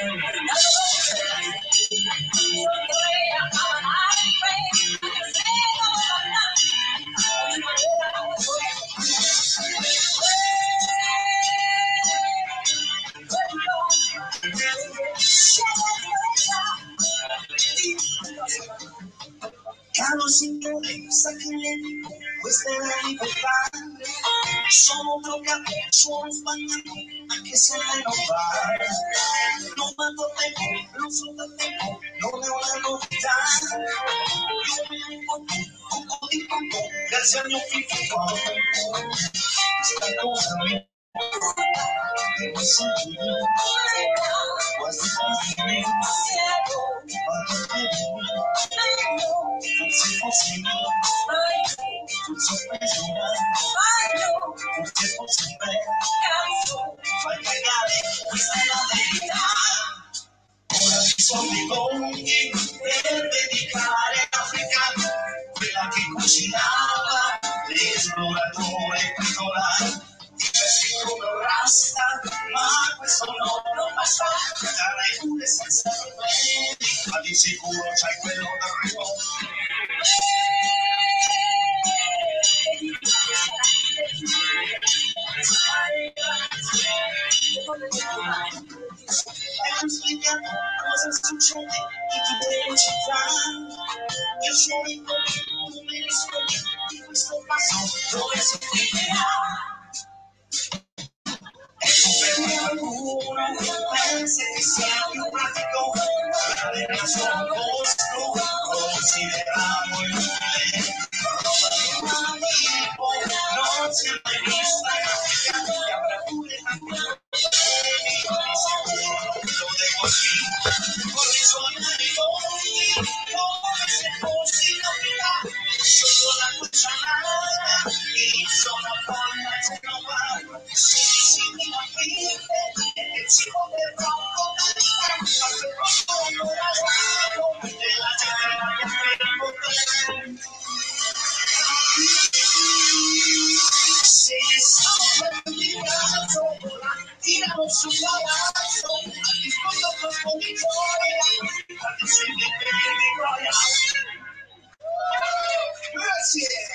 Caro signore, sa che questa è la libertà. Sono drogato, sono sbagliato, anche se lei non va. Non vado tempo, non so da tempo, non è una novità. Io mi ricordo, un po' di tutto, grazie al mio figlio. Questa cosa mi devo sentire, quasi quasi mi vado per non si possibile, non so pensare, forse è possibile, fai cagare, questa è la verità. Ora ci sono i lunghi per dedicare all'Africa, quella che cucinava, l'esploratore particolare. Ti vesti come un rasta, ma questo no, non basta. Darai pure senza problemi, ma di sicuro c'hai quello d'arrivo. E non spieghiamo cosa succede in tutte le città. Io sono in tu mi rispondi di questo passo dove si finirà. E tu per qualcuno pensi che sia più pratico dare il suo posto, consideriamo il nome. Roba di un amico, non si è mai vista in Africa, che avrà pure tanti problemi, ma di sicuro non lo devo dire. Con i suoi rivolti, come se fossi in Africa, sotto la cucciolata, in zona Ponna Genova, si si ma finte, e ci vuole troppo da dire, ma però sono ragazzo, e la gente che fermo te. Se sono dimenticato, tirano su palazzo, ti foto con vittoria, ma ti senti per gloria. Grazie!